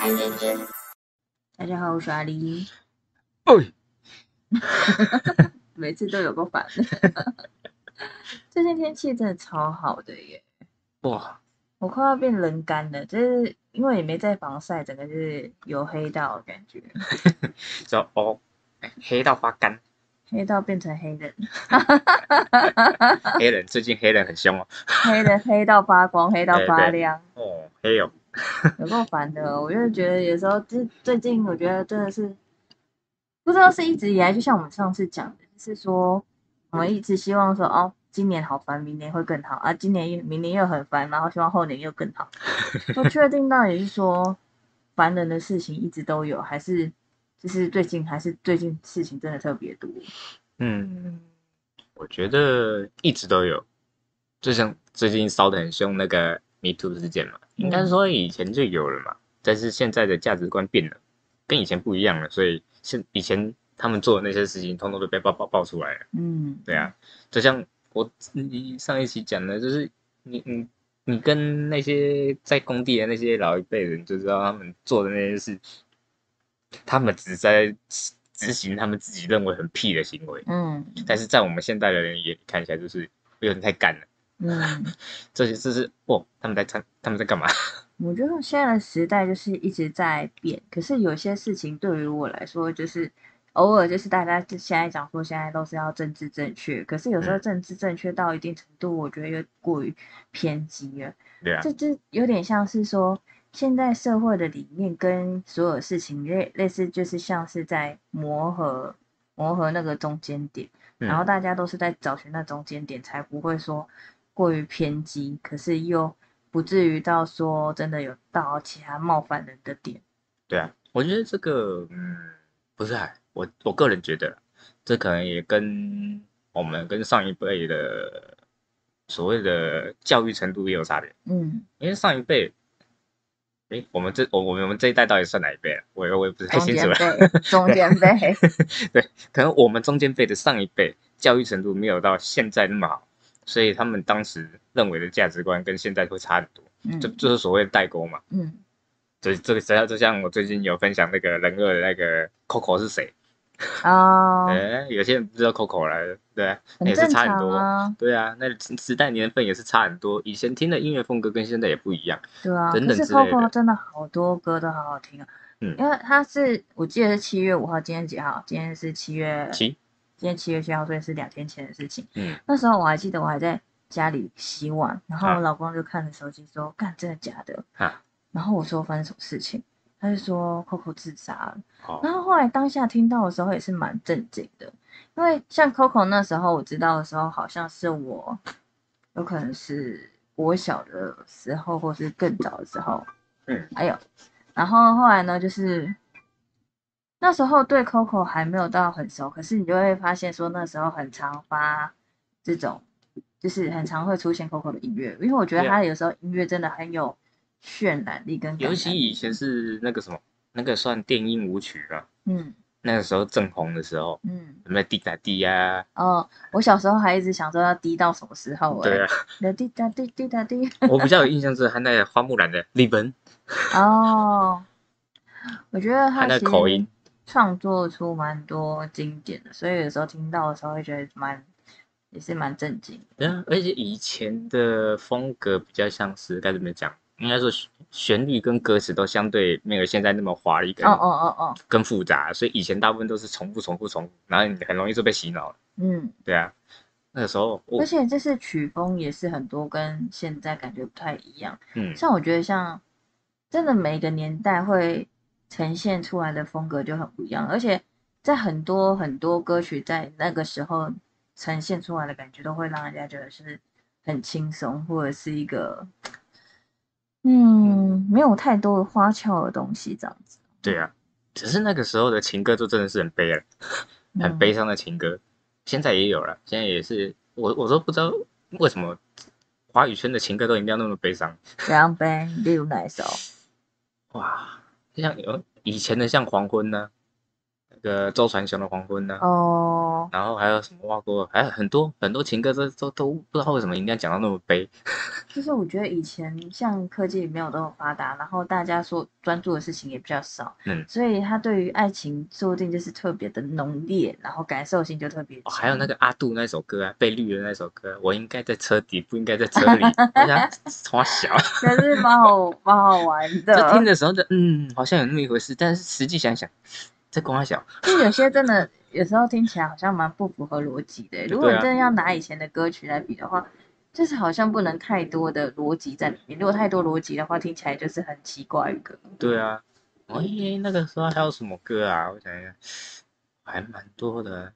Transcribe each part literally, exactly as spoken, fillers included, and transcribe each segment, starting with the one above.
大家好，我是阿狸。 哎， 每次都有够烦的。最近天气真的超好的耶！ 哇， 我快要变人干了，就是因为也没在防晒，整个就是油黑到的感觉， 就哦，黑到发干， 黑到变成黑人， 黑人最近黑人很凶哦， 黑的黑到发光，黑到哎对， 发亮， 哦黑哦， 有够烦的。我就觉得有时候，就最近我觉得真的是不知道是一直以来，就像我们上次讲的，就是说我们一直希望说哦，今年好烦，明年会更好啊，今年又明年又很烦，然后希望后年又更好。不确定到底是说烦人的事情一直都有，还是就是最近还是最近事情真的特别多。 嗯，我觉得一直都有，就像最近烧得很凶那个 Me Too 事件嘛，应该说以前就有了嘛，但是现在的价值观变了，跟以前不一样了，所以现以前他们做的那些事情，通通都被爆爆爆出来了。 嗯， 对啊，就像我你上一期讲的，就是你你你跟那些在工地的那些老一辈人，就知道他们做的那些事，他们只是在执行他们自己认为很屁的行为， 嗯， 但是在我们现代的人眼里看起来就是有点太干了。 嗯， 这些这是哦，他们在他他们在干嘛？ 我觉得现在的时代就是一直在变，可是有些事情对于我来说，就是偶尔就是大家就现在讲说现在都是要政治正确，可是有时候嗯， 政治正确到一定程度，我觉得有过于偏激了。 对啊， 这就有点像是说，现在社会的理念跟所有事情类类似，就是像是在磨合磨合那个中间点，然后嗯， 大家都是在找寻那中间点，才不会说过于偏激，可是又不至于到说真的有到其他冒犯人的点。 对啊，我觉得这个嗯不是还我我个人觉得啦，这可能也跟我们跟上一辈的所谓的教育程度也有差别。 嗯， 因为上一辈，诶，我们这我我们我们这一代到底算哪一辈啊？我我也不是太中清楚了。 间辈，中间辈， 对，可能我们中间辈的上一辈教育程度没有到现在那么好，所以他们当时认为的价值观跟现在会差很多，这嗯就是所谓的代沟嘛。 嗯， 这这个就像我最近有分享那个人二的那个 Coco 是谁， 哦， 哎，有些人不知道 Coco 来，对啊，那也是很正差很多， 常啊， 对啊，那时代年份也是差很多，以前听的音乐风格跟现在也不一样， 对啊。 等等可是之类 Coco 的， 真的好多歌都好好听啊。 嗯， 因为他是我记得是七月五号，今天几号？今天是七月， 七， 今天七月七号，所以是两天前的事情。 嗯， 那时候我还记得我还在家里洗碗，然后我啊老公就看着手机说：干，真的假的？ 啊， 然后我说发生什么事情？他就说 Coco 自杀了。 哦， 然后后来当下听到的时候也是蛮震惊的，因为像 Coco 那时候我知道的时候，好像是我有可能是我小的时候，或是更早的时候。 嗯， 哎呦，然后后来呢，就是那时候对 Coco 还没有到很熟，可是你就会发现说那时候很常发这种，就是很常会出现 Coco 的音乐，因为我觉得对啊， 他有时候音乐真的很有渲染力跟感尤染力。 其以前是那个什么，那个算电音舞曲啊， 嗯那个时候正红的时候， 嗯， 什么滴答滴呀， 哦，我小时候还一直想说要滴到什么时候哎、 对啊， 欸，滴答滴滴答滴。 我比较有印象是他那个花木兰的李玟， 哦，我觉得他他其实那个口音， 创作出蛮多经典的，所以有时候听到的时候会觉得蛮也是蛮震惊的。 对啊，而且以前的风格比较像是该怎么讲？应该说旋律跟歌词都相对没有现在那么华丽跟哦哦哦哦， 更复杂，所以以前大部分都是重复、重复、重复，然后你很容易就被洗脑了。 嗯， 对啊，那个时候，哦， 而且这是曲风也是很多跟现在感觉不太一样。 嗯， 像我觉得像真的每个年代会呈现出来的风格就很不一样，而且在很多很多歌曲在那个时候呈现出来的感觉，都会让人家觉得是很轻松，或者是一个嗯没有太多的花俏的东西这样子。 对啊，只是那个时候的情歌就真的是很悲了，很嗯， 悲伤的情歌，现在也有了，现在也是，我我都不知道为什么华语圈的情歌都一定要那么悲伤。 怎样呗？例如哪一首？ 哇，像有以前的像黄昏呢、 那个周传雄的黄昏呢、 哦， 然后还有什么挖过，还有很多很多情歌都都都不知道为什么一定要讲到那么悲。 就是我觉得以前像科技没有那么发达，然后大家说专注的事情也比较少， 嗯， 所以他对于爱情说不定就是特别的浓烈，然后感受性就特别哦， 强。 还有那个阿杜那首歌啊，被绿的那首歌，我应该在车底，不应该在车里。我想从小， 可是蛮好蛮好玩就听的。 的时候就嗯，好像有那么一回事，但是实际想想，在光小， 就有些真的有时候听起来好像蛮不符合逻辑的。如果对啊， 你真的要拿以前的歌曲来比的话，就是好像不能太多的逻辑在里面。如果太多逻辑的话，听起来就是很奇怪的歌。 对啊。喂，那个时候还有什么歌啊？我想一下，还蛮多的。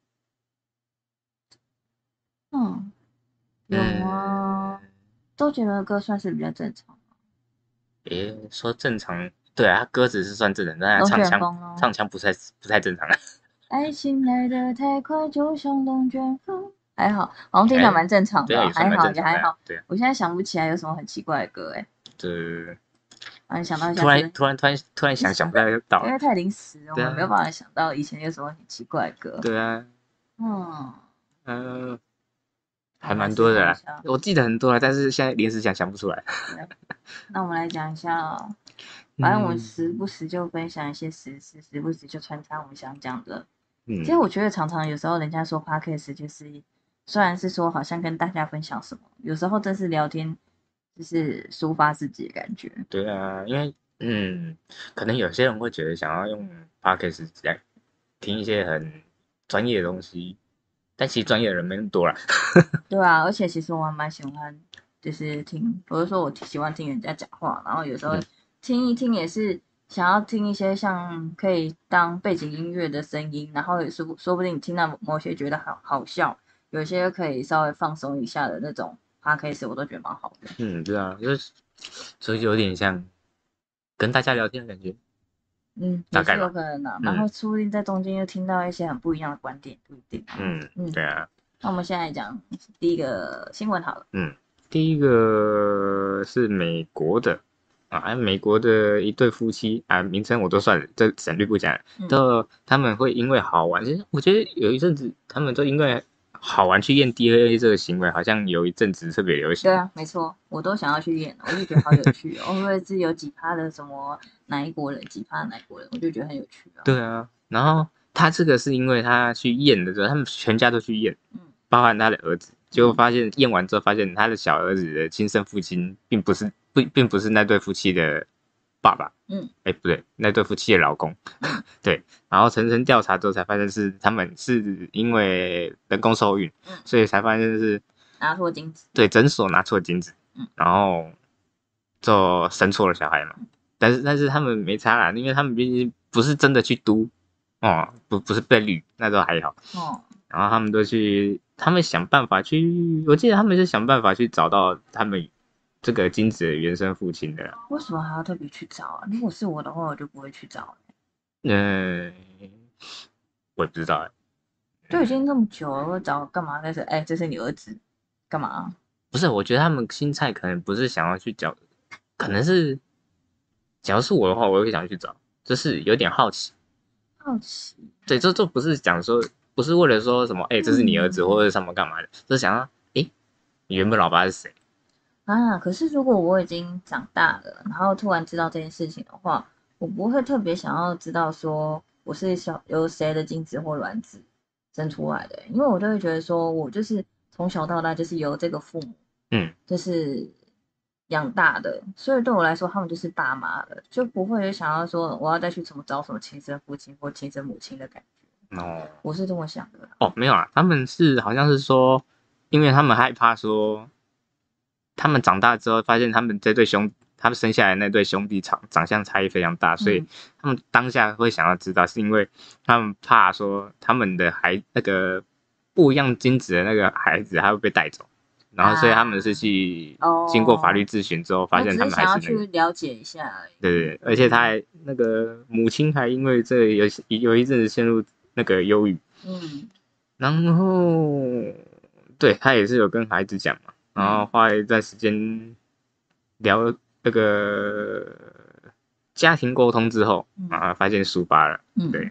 嗯，有啊， 嗯， 周杰伦的歌算是比较正常。 诶，说正常，对啊，他歌词是算正常，但他龙唱腔卷风哦， 唱腔不太不太正常。 爱情来得太快，就像龙卷风。还好，好像听起来哎， 蛮正常对啊， 的哦， 也算蛮还好正常的啊。 也还好。 对啊， 我现在想不起来有什么很奇怪的歌哎， 这啊，你想到一下突然是不是？ 突然突然突然想想不太到。 因为太临时了，我对啊， 们没有办法想到以前有什么很奇怪的歌。 对啊， 嗯， 嗯、还我来思蛮多的啦。 考一下。 我记得很多了，但是现在临时想想不出来。 对，那我们来讲一下哦，反正我们嗯时不时就分享一些时事，时不时就穿插我们想讲的。其实嗯， 我觉得常常有时候人家说 podcast 就是，虽然是说好像跟大家分享什么，有时候真是聊天，就是抒发自己的感觉。 对啊，因为嗯，可能有些人会觉得想要用 podcast 来听一些很专业的东西，但其实专业的人没那么多啦。 对啊，而且其实我还蛮喜欢，就是听，或者说我喜欢听人家讲话，然后有时候嗯， 听一听也是想要听一些像可以当背景音乐的声音，然后也说说不定你听到某些觉得好好笑，有些可以稍微放松一下的那种 podcast，我都觉得蛮好的。 嗯，对啊，就是所以有点像跟大家聊天的感觉， 嗯，也是有大概吧。 可能的、然嗯后说不定在中间又听到一些很不一样的观点，不一定。 嗯， 嗯， 对啊。 那我们现在讲第一个新闻好了。 嗯，第一个是美国的啊，美国的一对夫妻啊，名称我都算了，这省略不讲了。 嗯， 都他们会因为好玩，其实我觉得有一阵子他们都因为好玩去验 D N A 这个行为，好像有一阵子特别流行。 对啊，没错，我都想要去验，我就觉得好有趣哦。会不会是有几趴的什么哪一国人，几趴哪一国人，我就觉得很有趣啊。 对啊，然后他这个是因为他去验的时候，他们全家都去验， 嗯， 包含他的儿子，结果发现验完之后，发现他的小儿子的亲生父亲并不是不并不是那对夫妻的爸爸， 嗯， 哎不对，那对夫妻的老公，对，然后层层调查之后才发现是他们是因为人工受孕， 嗯所以才发现是拿错精子。 对诊所拿错精子， 嗯然后就生错了小孩嘛。但是但是他们没差啦，因为他们毕竟不是真的去读哦，不不是被绿，那都还好。 哦， 然后他们都去，他们想办法去，我记得他们是想办法去找到他们这个精子的原生父亲的啦。 为什么还要特别去找啊？如果是我的话，我就不会去找。 嗯、我也不知道哎、 都已经这么久了，我找干嘛？但是哎，这是你儿子，干嘛？ 不是，我觉得他们心态可能不是想要去找，可能是，假如是我的话，我会想去找，就是有点好奇。 好奇。 对，这这不是讲说，不是为了说什么，哎、欸，这是你儿子嗯或者什么干嘛的，就是想要，哎、欸，你原本老爸是谁？ 啊，可是如果我已经长大了，然后突然知道这件事情的话，我不会特别想要知道说我是小由谁的精子或卵子生出来的，因为我都会觉得说我就是从小到大就是由这个父母， 嗯， 就是养大的，所以对我来说他们就是爸妈了，就不会想要说我要再去什么找什么亲生父亲或亲生母亲的感觉。 哦我是这么想的。 哦，没有啊，他们是好像是说，因为他们害怕说。他们长大之后发现，他们这对兄，他们生下来那对兄弟长长相差异非常大，所以他们当下会想要知道，是因为他们怕说他们的孩那个不一样精子的那个孩子他会被带走，然后所以他们是去经过法律咨询之后，发现他们还是那个， 去了解一下而已。 对对对，而且他还那个母亲还因为这有有一阵子陷入那个忧郁， 嗯， 然后对他也是有跟孩子讲嘛。然后花了一段时间聊那个家庭沟通之后， 嗯、 啊，发现抒发了， 嗯、 对，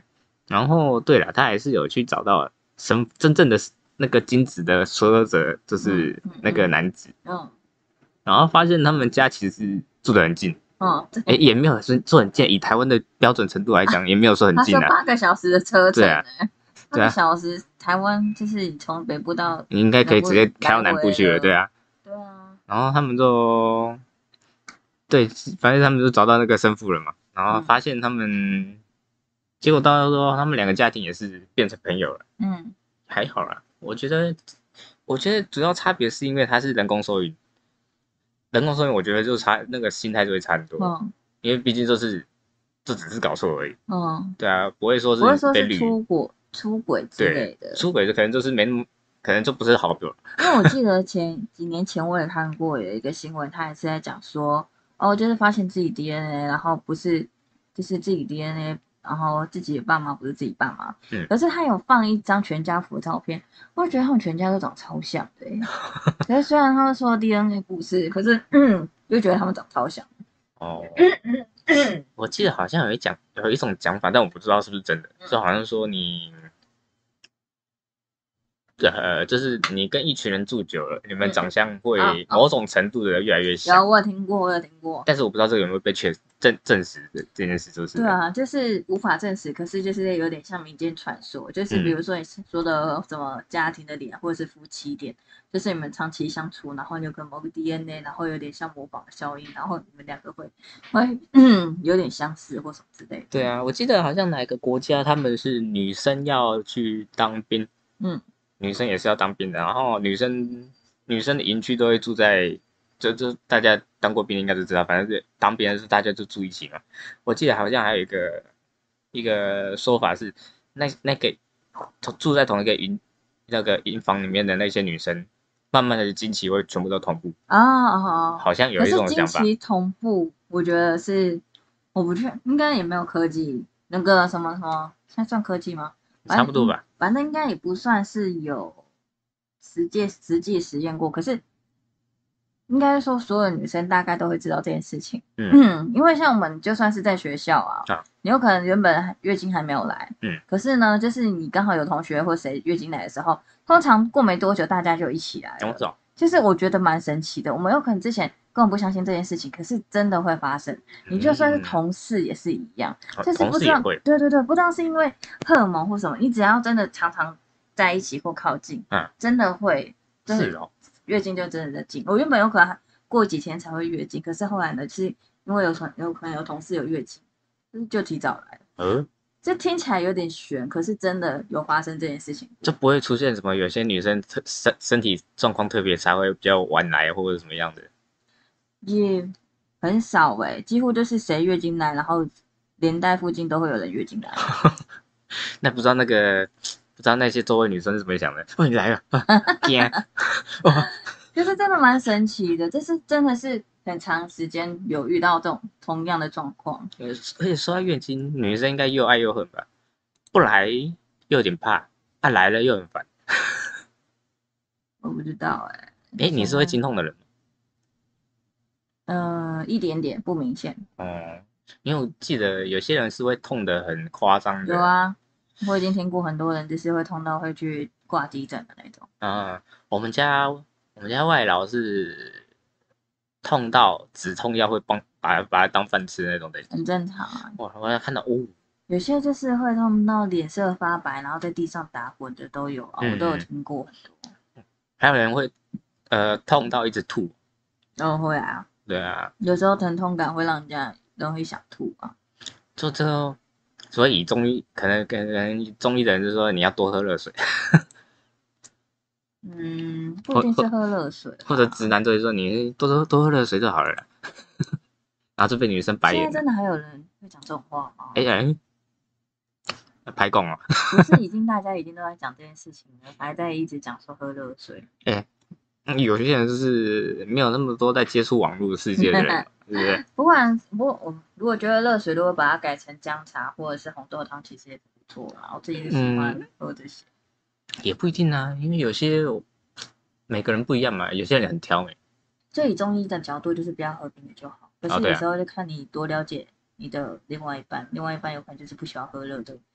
然后对了，他还是有去找到身真正的那个精子的所有者，就是那个男子。 嗯，嗯然后发现他们家其实是住得很近。 哦，对， 哎，也没有说住很近，以台湾的标准程度来讲，也没有说很他说近啊。 八个小时的车程、欸， 对啊， 八个小时，台湾就是你从北部到你应该可以直接开到南部去了，对啊。 对啊。 然后他们就，对，反正他们就找到那个生父了嘛，然后发现他们，嗯、结果到时候他们两个家庭也是变成朋友了。嗯，还好啦，我觉得，我觉得主要差别是因为他是人工受孕。人工受孕，我觉得就差那个心态就会差很多，嗯，因为毕竟就是就只是搞错而已，嗯，对啊，不会说是不会说是被绿出轨出轨之类的， 出轨就可能就是没那么，可能就不是好友。 因为我记得前几年前我也看过有一个新闻，他也是在讲说，哦，就是发现自己 D N A， 然后不是就是自己 D N A， 然后自己的爸妈不是自己爸妈，嗯，可是他有放一张全家福的照片，我觉得他们全家都长超像的耶，可是虽然他们说 D N A 不是，可是嗯，就觉得他们长超像。哦， 我记得好像有一讲有一种讲法，但我不知道是不是真的，就好像说你。呃，就是你跟一群人住久了，你们长相会某种程度的越来越像。 有，我有听过，我有听过。 但是我不知道这个有没有被确证证实的这件事，就是。 对啊，就是无法证实，可是就是有点像民间传说，就是比如说你说的什么家庭的脸，或者是夫妻脸，就是你们长期相处，然后有个某个 D N A， 然后有点像模仿的效应，然后你们两个会会嗯有点相似或什么之类的。 对啊，我记得好像哪个国家他们是女生要去当兵，嗯。女生也是要当兵的，然后女生女生的营区都会住在，就就大家当过兵应该都知道，反正是当兵的是大家就住一起嘛。我记得好像还有一个一个说法是，那那个住在同一个营那个营房里面的那些女生，慢慢的经期会全部都同步啊，哦，好像有一种想法。 可是经期同步，我觉得是我不确，应该也没有科技那个什么什么，现在算科技吗？ 差不多吧， 反正应该也不算是有实际实际实验过，可是应该说所有女生大概都会知道这件事情。嗯，因为像我们就算是在学校啊，啊你有可能原本月经还没有来，嗯，可是呢，就是你刚好有同学或谁月经来的时候，通常过没多久大家就一起来了。就是我觉得蛮神奇的，我们有可能之前根本不相信这件事情，可是真的会发生。你就算是同事也是一样， 嗯、 就是不知道，对对对，不知道是因为荷尔蒙或什么，你只要真的常常在一起或靠近，嗯，真的会， 是哦， 月经就真的在经。我原本有可能过几天才会月经，可是后来呢，是因为有同有可能有同事有月经，就是就提早来了。嗯。这听起来有点悬，可是真的有发生这件事情， 就不会出现什么有些女生特身身体状况特别差，会比较晚来或者什么样的， 也很少哎、欸，几乎就是谁月经来，然后连带附近都会有人月经来。 那不知道那个不知道那些周围女生是怎么想的？哦，你来了，天、啊， 就是真的蛮神奇的，这是真的是很长时间有遇到这种同样的状况。 而且说到月经，女生应该又爱又恨吧？不来又有点怕，啊来了又很烦。 我不知道哎、 欸。哎、欸，你是会经痛的人吗？ 呃，一点点不明显。 哦，因为我记得有些人是会痛得很夸张的。 有啊，我已经听过很多人就是会痛到会去挂急诊的那种。 啊，我们家我们家外劳是痛到止痛药会帮把把它当饭吃那种的， 很正常啊。 哇，我要看到哦， 有些就是会痛到脸色发白，然后在地上打滚的都有啊，嗯、我都有听过很多。 还有人会呃痛到一直吐， 都会啊。 对啊， 有时候疼痛感会让人家容易想吐啊。 就这个，所以中医可能可能中医的人就说你要多喝热水。 嗯，不一定是喝热水， 或者直男就会说你多多多喝热水就好了啦。然后就被女生白眼。 现在真的还有人会讲这种话吗？ 哎哎，拍供哦。 不是已经大家已经都在讲这件事情了，还在一直讲说喝热水。 哎、欸，有些人就是没有那么多在接触网络世界的人，对不对？ 不管不过我如果觉得热水如果把它改成姜茶或者是红豆汤，其实也不错啦。我自己是喜欢喝这些。 嗯、也不一定啊，因为有些每个人不一样嘛，有些人很挑美。 就以中医的角度，就是不要喝冰的就好。可是有时候就看你多了解你的另外一半，另外一半有可能就是不喜欢喝热的，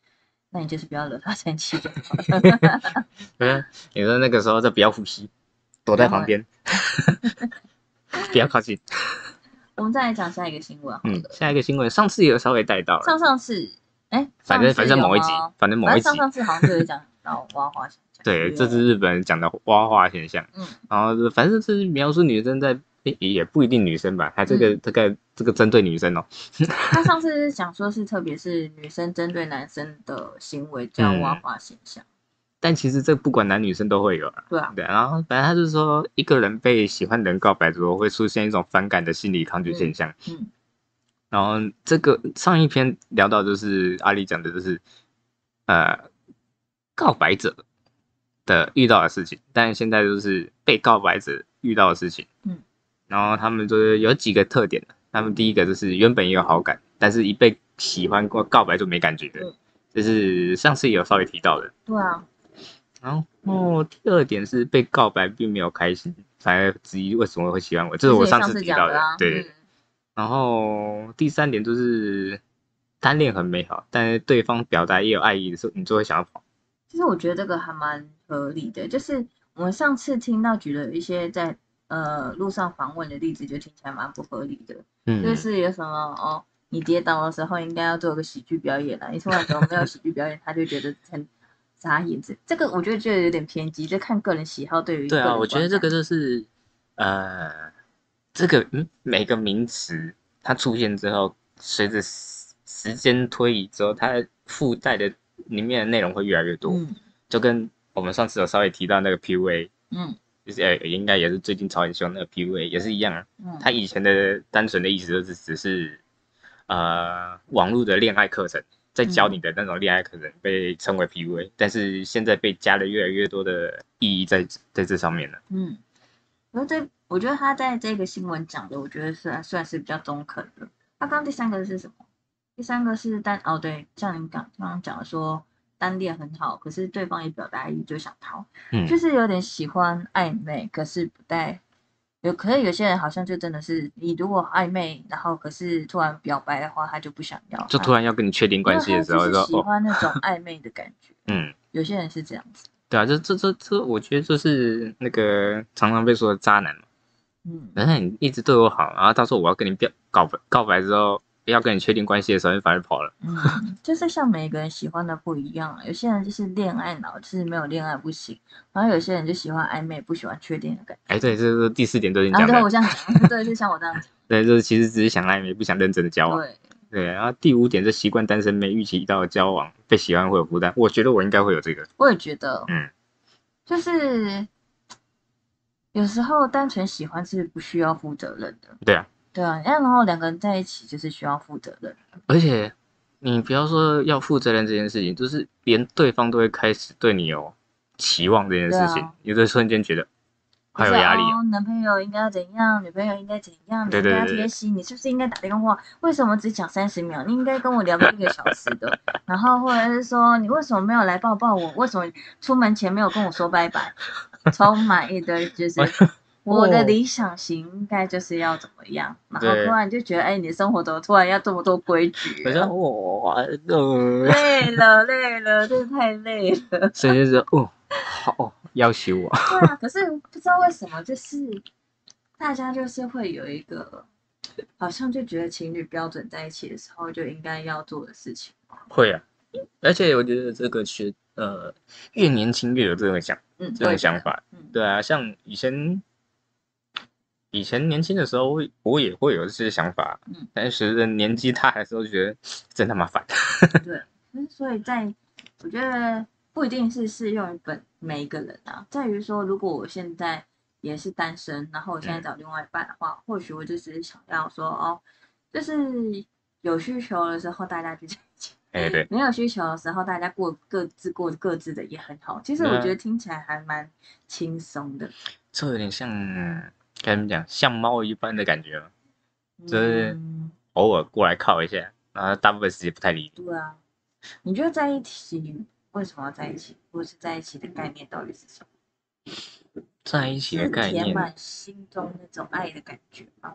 那你就是不要惹他生气就好了。 对，你说那个时候就不要呼吸，躲在旁边，不要靠近。 我们再来讲下一个新闻好了。 嗯，下一个新闻，上次也有稍微带到了。 上上次，哎， 反正反正某一集，反正某一集， 上上次好像就有讲到蛙化现象。 对，这是日本人讲的蛙化现象。 嗯， 然后反正是描述女生在，也不一定女生吧，他这个、嗯、这个这个针对女生哦。 他上次是讲说是特别是女生针对男生的行为叫蛙化现象。嗯， 但其实这不管男女生都会有啊。 对啊。 对，然后反正他就是说，一个人被喜欢的人告白之后，会出现一种反感的心理抗拒现象。嗯。嗯，然后这个上一篇聊到就是阿里讲的就是，呃，告白者的遇到的事情，但现在就是被告白者遇到的事情。嗯。然后他们就是有几个特点，他们第一个就是原本也有好感，但是一被喜欢过告白就没感觉的。嗯，就是上次也有稍微提到的。 对啊。 然后第二点是被告白并没有开心，反而质疑为什么会喜欢我，这是我上次提到的。 啊、 对。嗯，然后第三点就是单恋很美好，但是对方表达也有爱意的时候，你就会想要跑。 其实我觉得这个还蛮合理的，就是我们上次听到举了一些在呃路上访问的例子，就听起来蛮不合理的。嗯，就是有什么哦，你跌倒的时候应该要做个喜剧表演啊，你突然怎么没有喜剧表演，他就觉得很傻眼子。这个我觉得就有点偏激，就看个人喜好对于对啊，我觉得这个就是呃，这个嗯每个名词它出现之后，随着时间推移之后，它附带的里面的内容会越来越多。嗯，就跟我们上次有稍微提到那个 P U A， 嗯，就是呃应该也是最近超很凶那个 P U A 也是一样啊。嗯，它以前的单纯的意思就是只是呃网络的恋爱课程。在教你的那种恋爱课程被称为 P U A， 但是现在被加了越来越多的意义在在这上面了。 嗯，然后这我觉得他在这个新闻讲的，我觉得算算是比较中肯的。他刚刚第三个是什么？第三个是单哦，对，像你刚刚刚讲的说单恋很好，可是对方也表达爱意就想逃，嗯，就是有点喜欢暧昧，可是不带。有，可是有些人好像就真的是，你如果暧昧，然后可是突然表白的话，他就不想要， 就突然要跟你确定关系的时候， 就喜欢那种暧昧的感觉。 嗯， 有些人是这样子。 对啊，这这这这，我觉得就是那个常常被说的渣男嘛。嗯，然后你一直对我好，然后到时候我要跟你表告白，告白之后要跟你确定关系的时候，你反而跑了。 嗯，就是像每个人喜欢的不一样，有些人就是恋爱脑，就是没有恋爱不行，然后有些人就喜欢暧昧，不喜欢确定的感觉。 哎，对，这是第四点都是你讲的。 啊，对，我这样讲，对，是像我这样讲。 对，就是其实只是想暧昧，不想认真的交往。对。对，然后第五点是习惯单身，没预期到交往，被喜欢会有负担。我觉得我应该会有这个。 我也觉得，嗯，就是有时候单纯喜欢是不需要负责任的。 对啊， 对啊，然后两个人在一起就是需要负责任。 而且你不要说要负责任这件事情，就是连对方都会开始对你有期望这件事情，有的瞬间觉得。还有压力、啊哦，男朋友应该要怎样，女朋友应该怎样，你应该贴心，你是不是应该打电话？为什么只讲三十秒？你应该跟我聊个一个小时的。然后或者是说，你为什么没有来抱抱我？为什么出门前没有跟我说拜拜？充满一堆就是我的理想型应该就是要怎么样，然后突然就觉得，哎，你的生活怎么突然要这么多规矩、 啊？我哇，呃， 累了累了，真的太累了。 所以就是哦，好。要求我， 对啊，可是不知道为什么，就是大家就是会有一个，好像就觉得情侣标准在一起的时候就应该要做的事情。 会啊，而且我觉得这个是呃，越年轻越有这种想，嗯，这种想法。嗯，对啊，像以前以前年轻的时候，我我也会有这些想法，嗯，但是随着年纪大的时候，就觉得真他妈烦。 对，所以在我觉得。不一定是适用于本每一个人啊，在于说，如果我现在也是单身，然后我现在找另外一半的话，嗯、或许我就只是想要说，哦，就是有需求的时候大家就在一起， 哎对， 没有需求的时候大家过各自过各自的也很好。其实我觉得听起来还蛮轻松的， 这有点像该怎么讲，像猫一般的感觉嘛，就是偶尔过来靠一下，然后大部分时间不太理你。对啊，你觉得在一起？为什么要在一起，或是在一起的概念到底是什么？ 在一起的概念， 填满心中那种爱的感觉吗？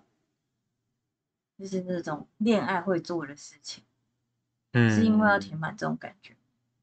就是那种恋爱会做的事情，嗯，是因为要填满这种感觉。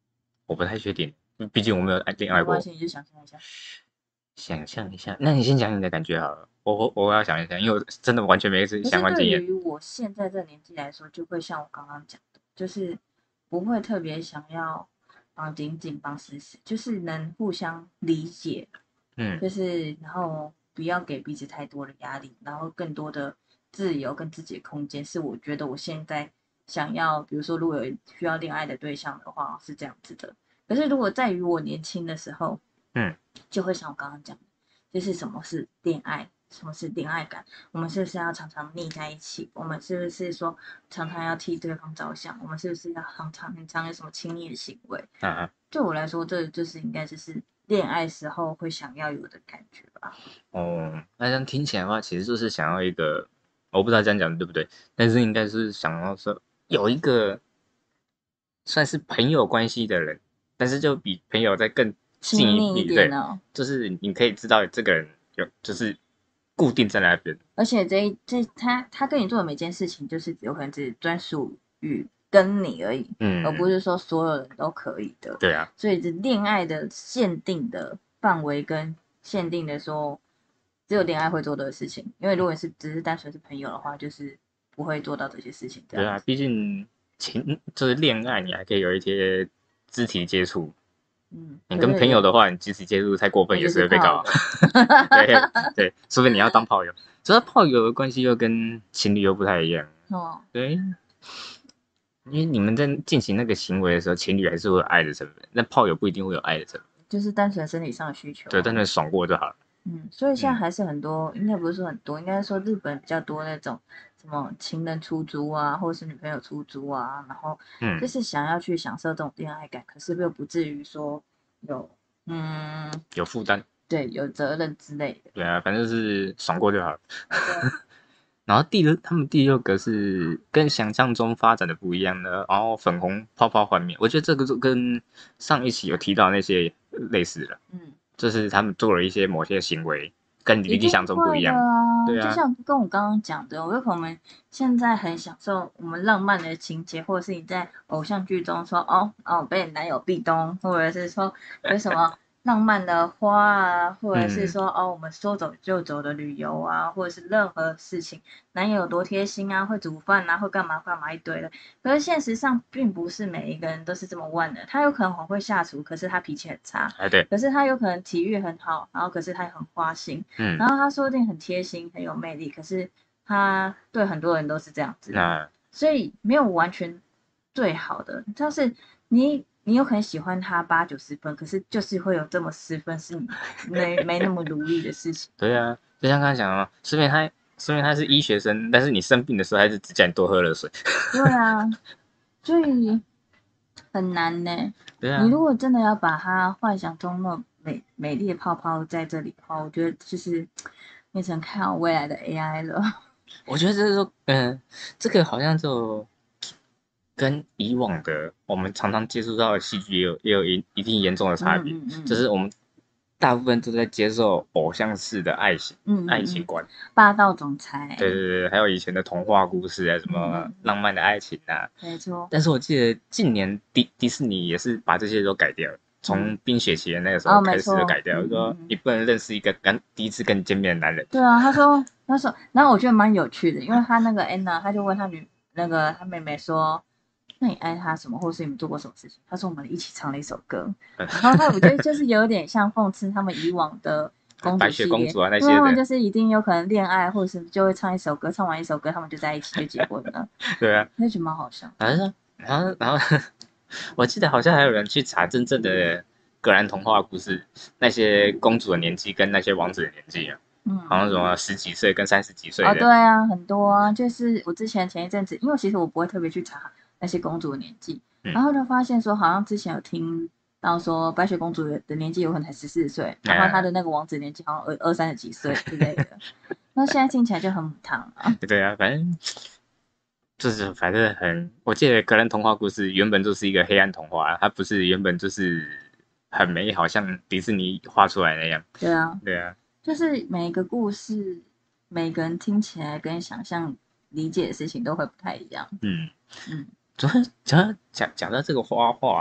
我不太确定，毕竟我没有恋爱过。 没关系，你就想象一下。 想象一下，那你先讲你的感觉好了，我我我要想一下，因为我真的完全没可相关经验。 是对于我现在这个年纪来说，就会像我刚刚讲的，就是不会特别想要绑紧紧、绑死死，就是能互相理解， 嗯， 就是然后不要给彼此太多的压力，然后更多的自由跟自己的空间，是我觉得我现在想要，比如说如果有需要恋爱的对象的话，是这样子的。可是如果在于我年轻的时候， 嗯， 就会像我刚刚讲的，就是什么是恋爱，什么是恋爱感，我们是不是要常常腻在一起？我们是不是说常常要替对方着想？我们是不是要常常很常有什么亲密的行为？ 啊， 对我来说，这就是应该就是恋爱时候会想要有的感觉吧。 哦，那这样听起来的话，其实就是想要一个，我不知道这样讲对不对，但是应该是想要说有一个算是朋友关系的人，但是就比朋友再更近一亲密一步，对， 点呢、 就是你可以知道这个人有就是固定在那边。 而且这一这他他跟你做的每件事情，就是有可能只专属于跟你而已，而不嗯， 是说所有人都可以的。 对啊， 所以这恋爱的限定的范围跟限定的说，只有恋爱会做的事情。因为如果是只是单纯是朋友的话，就是不会做到这些事情这对啊， 样子。 毕竟情就是恋爱，你还可以有一些肢体接触。 嗯， 你跟可是有朋友的话，你肢体接触太过分也那就是是会被告。 炮友。 对对，除非你要当炮友，主要炮友的关系又跟情侣又不太一样。 哦， 对，因为你们在进行那个行为的时候，情侣还是会有爱的成分，但炮友不一定会有爱的成分。 就是单纯生理上的需求对，单啊。 纯爽过就好了。 嗯，所以现在嗯还是很多，应该不是说很多，应该说日本比较多那种什么情人出租啊，或者是女朋友出租啊，然后就嗯， 是想要去享受这种恋爱感，可是又不至于说有嗯， 有负担。 对，有责任之类的。 对啊，反正是爽过就好了。 没错。 然后第六，他们第六个是跟想象中发展的不一样的，然后粉红泡泡幻灭，我觉得这个就跟上一期有提到那些类似的， 嗯， 就是他们做了一些某些行为跟一定理想中不一会的样。 啊，就对啊， 像跟我刚刚讲的，有可能我们现在很享受我们浪漫的情节，或者是你在偶像剧中说哦哦被男友壁咚，或者是说有什么浪漫的花啊，或者是嗯， 说哦我们说走就走的旅游啊，或者是任何事情，男友有多贴心啊，会煮饭啊，会干嘛干嘛一堆的。可是现实上并不是每一个人都是这么万的，他有可能很会下厨，可是他脾气很差。 哎对， 可是他有可能体育很好，然后可是他也很花心， 嗯， 然后他说不定很贴心，很有魅力，可是他对很多人都是这样子， 那所以没有完全最好的，就是你你有可能喜欢他八九十分，可是就是会有这么十分是你没没那么如意的事情。 对啊，就像刚才讲的嘛，虽然他虽然他是医学生，但是你生病的时候还是只叫你多喝热水。 对啊，所以很难呢。 对啊， 你如果真的要把他幻想中那种美美丽的泡泡在这里的话，我觉得就是变成看好未来的 A I 了。 我觉得这是说，嗯、这个好像就跟以往的我们常常接触到的戏剧也有也有一一定严重的差嗯别， 嗯嗯就是我们大部分都在接受偶像式的爱情嗯嗯嗯， 爱情观， 霸道总裁。 对对对，还有以前的童话故事啊，什嗯么嗯， 浪漫的爱情啊。 没错。 但是我记得近年迪迪士尼也是把这些都改掉了，从嗯， 冰雪奇缘那个时候哦，没开始就错。 改掉了， 嗯就说嗯嗯， 你不能认识一个刚第一次跟你见面的男人。 对啊，他说他说，然后我觉得蛮有趣的，因为他那个 Anna，他就问他女那个他妹妹说，那你爱他什么，或是你们做过什么事情？他说我们一起唱了一首歌，然后他我觉得就是有点像讽刺他们以往的公白主系列， 雪公主啊那因为他们些的， 就是一定有可能恋爱，或者是就会唱一首歌，唱完一首歌他们就在一起就结婚了， 对啊， 那觉得蛮好笑的。 然后然后然后我记得好像还有人去查真正的格兰童话故事，那些公主的年纪跟那些王子的年纪啊，好嗯。 像什么十几岁跟三十几岁哦， 的， 对啊，很多啊，就是我之前前一阵子，因为其实我不会特别去查那些公主的年纪， 嗯， 然后就发现说，好像之前有听到说白雪公主的年纪有可能才十四岁，然后她哎， 的那个王子年纪好像二二三十几岁之类的，那现在听起来就很母汤啊。 对啊，反正就是反正很，我记得格兰童话故事原本就是一个黑暗童话，它不是原本就是很美好，像迪士尼画出来那样。 对啊， 对啊， 就是每一个故事，每个人听起来跟想象理解的事情都会不太一样。 嗯， 嗯主要讲讲讲到这个画画啊，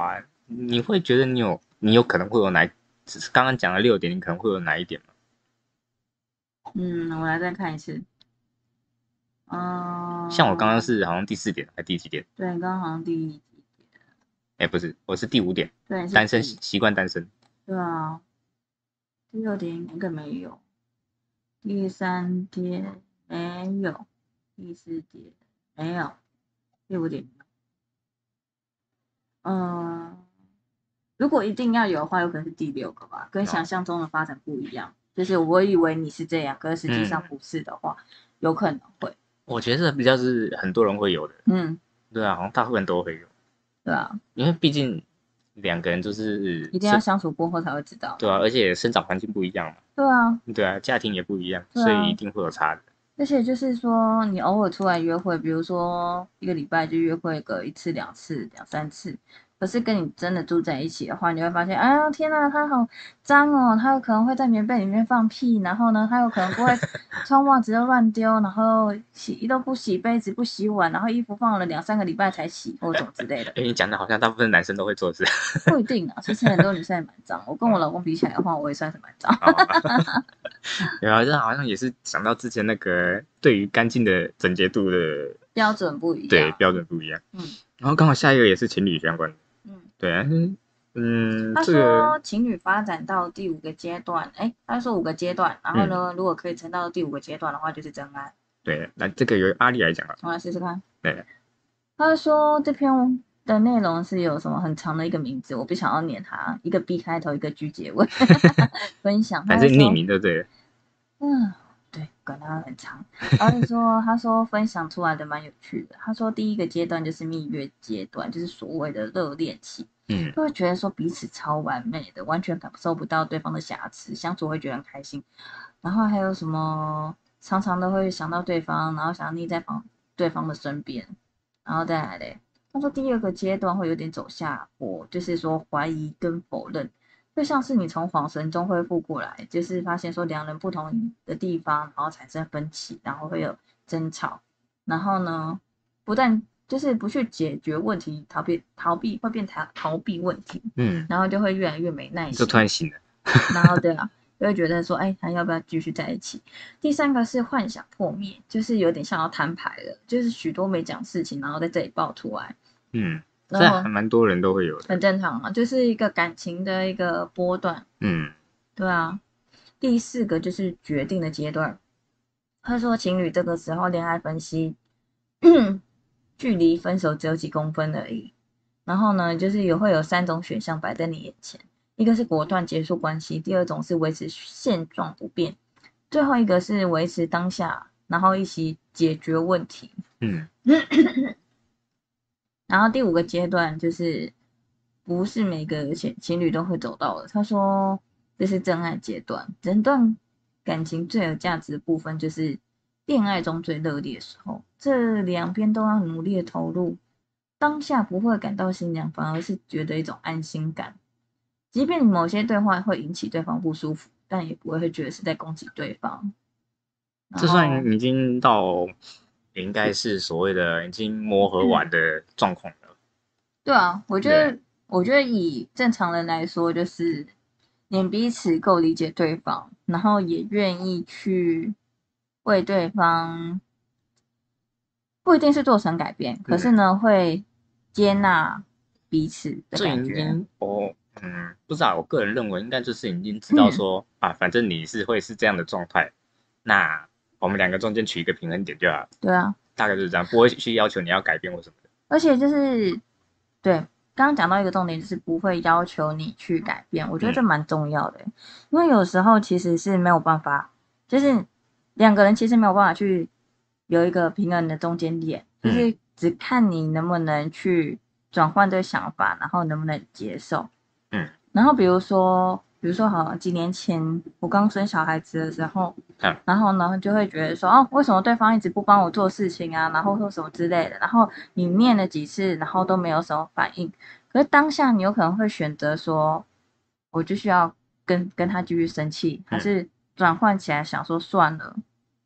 你会觉得你有你有可能会有哪，只是刚刚讲的六点，你可能会有哪一点吗？ 嗯，我来再看一次。嗯， 像我刚刚是好像第四点还第几点？ 对，刚刚好像第一集。 哎，不是，我是第五点， 对，是单身第习惯单身。 对啊，第六点应该没有，第三点没有，第四点没有，第五点没有。嗯，如果一定要有的话，有可能是第六个吧，跟想象中的发展不一样。就是我以为你是这样，可是实际上不是的话，有可能会。 我觉得比较是很多人会有的， 嗯， 对啊，好像大部分都会有， 对啊， 因为毕竟两个人就是一定要相处过后才会知道。 对啊，而且生长环境不一样嘛， 对啊， 对啊，家庭也不一样， 对啊所以一定会有差的。 而且就是说，你偶尔出来约会，比如说一个礼拜就约会个一次、两次、两三次，可是跟你真的住在一起的话，你会发现，哎呀，天哪，他好脏哦，他有可能会在棉被里面放屁，然后呢，他有可能不会穿袜子就乱丢，然后洗衣都不洗，杯子不洗碗，然后衣服放了两三个礼拜才洗，或者之类的。 哎，你讲的好像大部分男生都会做事。 不一定啊，其实很多女生也蛮脏。我跟我老公比起来的话，我也算是蛮脏。 对啊，这好像也是想到之前那个对于干净的整洁度的标准不一样， 对标准不一样。 嗯， 然后刚好下一个也是情侣相关的， 嗯， 对啊，嗯， 他这个说情侣发展到第五个阶段，哎，他说五个阶段，然后呢，如果可以撑到第五个阶段的话，就是真爱。 对，那这个由阿丽来讲啊， 我来试试看。 对， 他说这篇的内容是有什么很长的一个名字，我不想要念它，一个 B 开头，一个 G 结尾。分享， 反正匿名就对了。 嗯，对，管它很长。他是说，他说分享出来的蛮有趣的。他说第一个阶段就是蜜月阶段，就是所谓的热恋期。 嗯， 就会觉得说彼此超完美的，完全感受不到对方的瑕疵，相处会觉得很开心。然后还有什么，常常都会想到对方，然后想要腻在方对方的身边。然后再来嘞，他说第二个阶段会有点走下坡，就是说怀疑跟否认。就像是你从恍神中恢复过来，就是发现说两人不同的地方，然后产生分歧，然后会有争吵，然后呢，不但就是不去解决问题，逃避逃避会变逃逃避问题， 嗯， 然后就会越来越没耐心， 就突然醒了， 然后对啊，就会觉得说，哎，还要不要继续在一起？第三个是幻想破灭，就是有点像要摊牌了，就是许多没讲事情，然后在这里爆出来， 嗯，这然后还蛮多人都会有的， 很正常啊，就是一个感情的一个波段， 嗯， 对啊。第四个就是决定的阶段，他说情侣这个时候恋爱分析，距离分手只有几公分而已。然后呢，就是也会有三种选项摆在你眼前，一个是果断结束关系，第二种是维持现状不变，最后一个是维持当下，然后一起解决问题。 嗯， 然后第五个阶段就是不是每个情情侣都会走到的。他说这是真爱阶段，整段感情最有价值的部分就是恋爱中最热烈的时候，这两边都要努力的投入，当下不会感到心凉，反而是觉得一种安心感。即便你某些对话会引起对方不舒服，但也不会觉得是在攻击对方。 这算已经到应该是所谓的已经磨合完的状况了。 对啊，我觉得，我觉得以正常人来说，就是你彼此够理解对方，然后也愿意去为对方，不一定是做成改变，可是呢，会接纳彼此的这已感觉。 经哦，嗯，不知道，我个人认为应该就是已经知道说、嗯、啊，反正你是会是这样的状态，那我们两个中间取一个平衡点就好。 对啊， 大概就是这样，不会去要求你要改变或什么的。 而且就是对，刚刚讲到一个重点，就是不会要求你去改变，我觉得这蛮重要的、嗯，因为有时候其实是没有办法，就是两个人其实没有办法去有一个平衡的中间点，就是只看你能不能去转换这个想法，然后能不能接受。 嗯， 然后比如说，比如说好，几年前我刚生小孩子的时候， 嗯， 然后呢就会觉得说，哦，为什么对方一直不帮我做事情啊，然后或什么之类的，然后你念了几次，然后都没有什么反应，可是当下你有可能会选择说，我就需要跟跟他继续生气，还是转换起来想说算了。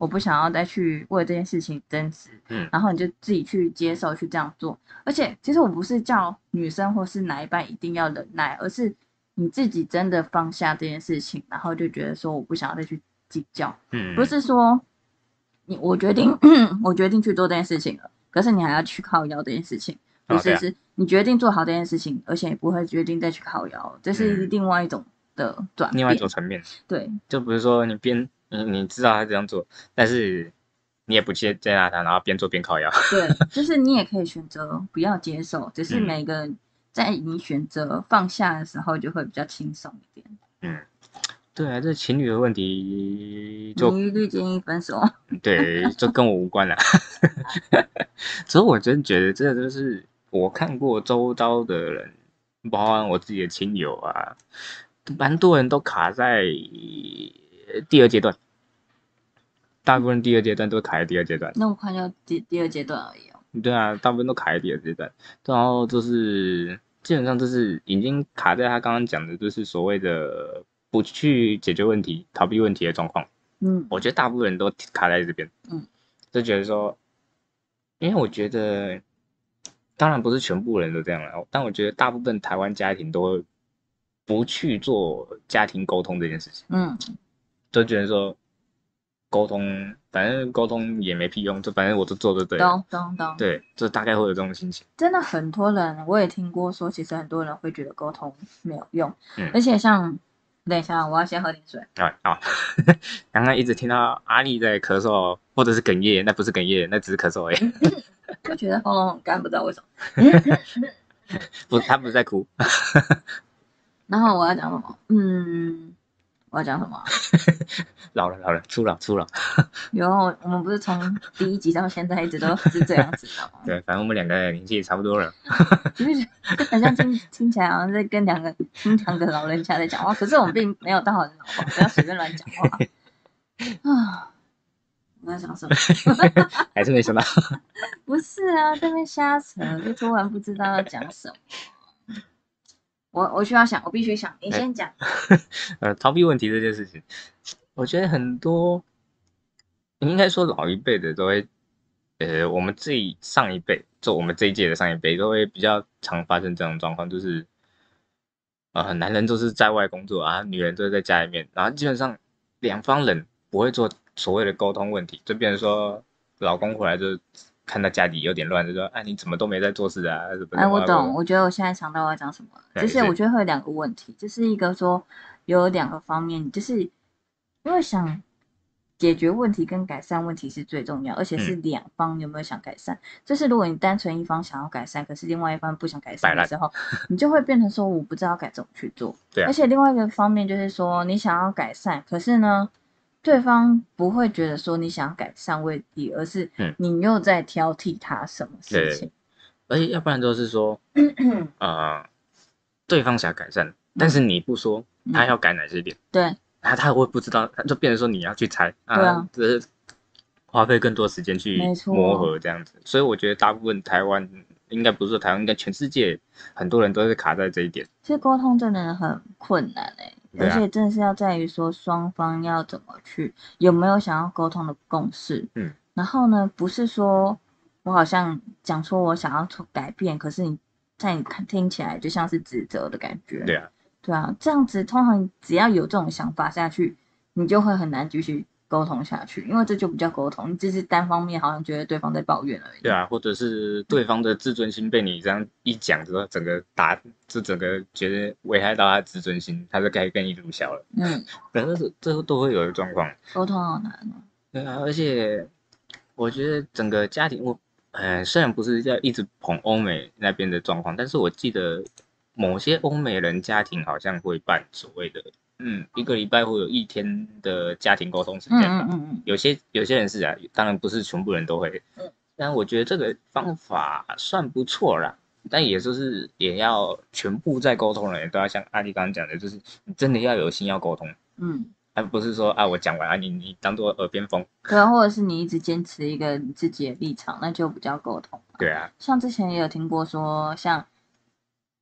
我不想要再去为这件事情争执， 嗯， 然后你就自己去接受去这样做。而且其实我不是叫女生或是哪一半一定要忍耐，而是你自己真的放下这件事情，然后就觉得说我不想要再去计较， 嗯， 不是说你我决定我决定去做这件事情了，可是你还要去靠腰这件事情。不是， 哦啊、 是你决定做好这件事情，而且你不会决定再去靠腰，这是另外一种的转变， 另外一种层面。 对， 就不是说你边你你知道他这样做，但是你也不接接纳他，然后边做边靠腰。 对，就是你也可以选择不要接受，只是每个人在你选择放下的时候，就会比较轻松一点。 嗯，对啊，这情侣的问题就你一律建议分手。 对，就跟我无关了。所以我真觉得这就是我看过周遭的人，包括我自己的亲友啊，蛮多人都卡在第二阶段，大部分第二阶段都卡在第二阶段。 那么快就第第二阶段而已哦。 对啊，大部分都卡在第二阶段，然后就是基本上就是已经卡在他刚刚讲的，就是所谓的不去解决问题、逃避问题的状况。 嗯， 我觉得大部分人都卡在这边， 嗯， 就觉得说，因为我觉得，当然不是全部人都这样了，但我觉得大部分台湾家庭都不去做家庭沟通这件事情， 嗯， 都觉得说沟通，反正沟通也没屁用，就反正我都做就对了， 懂懂懂， 对，就大概会有这种心情。 真的很多人，我也听过说，其实很多人会觉得沟通没有用， 嗯， 而且像，等一下，我要先喝点水。 啊啊！刚刚一直听到阿丽在咳嗽，或者是哽咽，那不是哽咽，那只是咳嗽而已。 我觉得喉咙很干，不知道为什么。 不，他不是在哭。 然后我要讲什么？嗯，我要讲什么、啊？ 老了，老了，初老，初老。 有，我们不是从第一集到现在一直都是这样子的吗？ 对，反正我们两个年纪也差不多了。 就是很像听听起来好像在跟两个听两个老人家在讲话，可是我们并没有到很老吧，不要随便乱讲话啊！我在想什么？ 还是没想到。 不是啊，在那边瞎扯，就突然不知道要讲什么。我我需要想，我必须想，你先讲。 呃，逃避问题这件事情，我觉得很多，应该说老一辈的都会，呃，我们自己上一辈，就我们这一届的上一辈，都会比较常发生这种状况，就是，呃，男人都是在外工作啊，女人都是在家里面，然后基本上两方人不会做所谓的沟通问题，就变成说老公回来就看到家里有点乱，就说，哎，你怎么都没在做事啊？什么哎，我懂，我觉得我现在想到我要讲什么了，就是我觉得会有两个问题，就是一个说有两个方面，就是因为想解决问题跟改善问题是最重要，而且是两方有没有想改善。嗯、就是如果你单纯一方想要改善，可是另外一方不想改善的时候，你就会变成说我不知道该怎么去做。 对、啊。 而且另外一个方面就是说，你想要改善，可是呢，对方不会觉得说你想要改善问题，而是你又在挑剔他什么事情。 嗯、而且要不然都是说，呃，对方想改善，但是你不说，嗯、他要改哪些点？ 对。 他他会不知道，就变成说你要去猜， 啊，对啊， 只是花费更多时间去磨合这样子。所以我觉得大部分台湾，应该不是说台湾，应该全世界很多人都是卡在这一点。 其实沟通真的很困难哎、欸，啊、而且真的是要在于说双方要怎么去，有没有想要沟通的共识。嗯，然后呢，不是说我好像讲说我想要改变，可是你在你看听起来就像是指责的感觉。 对啊。 对啊，这样子通常只要有这种想法下去，你就会很难继续沟通下去，因为这就不叫沟通，你只是单方面好像觉得对方在抱怨而已。 对啊，或者是对方的自尊心被你这样一讲之后，整个打，就整个觉得危害到他的自尊心，他就该跟你鲁小了。嗯，反正这这都会有的状况。 沟通好难哦。 对啊，而且我觉得整个家庭，我呃虽然不是要一直捧欧美那边的状况，但是我记得。某些欧美人家庭好像会办所谓的，嗯，一个礼拜会有一天的家庭沟通时间吧。嗯嗯嗯有些有些人是啊，当然不是全部人都会。嗯。但我觉得这个方法算不错啦，但也就是也要全部在沟通的人都要像阿丽刚刚讲的，就是你真的要有心要沟通。嗯。而不是说啊，我讲完啊，你你当做耳边风。 对啊，或者是你一直坚持一个你自己的立场，那就不叫沟通。 对啊。 像之前也有听过说，像。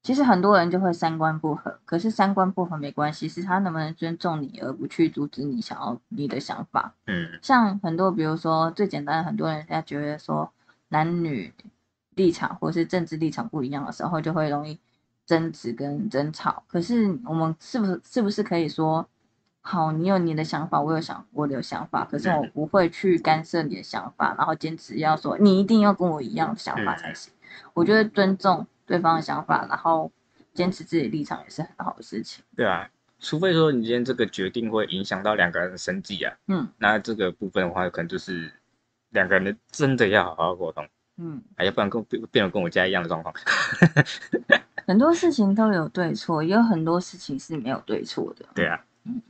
其实很多人就会三观不合，可是三观不合没关系，是他能不能尊重你，而不去阻止你想要你的想法。 嗯， 像很多，比如说最简单的，很多人家觉得说男女立场或是政治立场不一样的时候，就会容易争执跟争吵。可是我们是不是是不是可以说，好，你有你的想法，我有想我的想法，可是我不会去干涉你的想法，然后坚持要说你一定要跟我一样的想法才行。我觉得尊重对方的想法，然后坚持自己的立场也是很好的事情。 对啊，除非说你今天这个决定会影响到两个人的生计啊， 嗯， 那这个部分的话，可能就是两个人真的要好好沟通， 嗯， 哎，要不然跟变变成跟我家一样的状况。 很多事情都有对错，也有很多事情是没有对错的。 对啊， 嗯，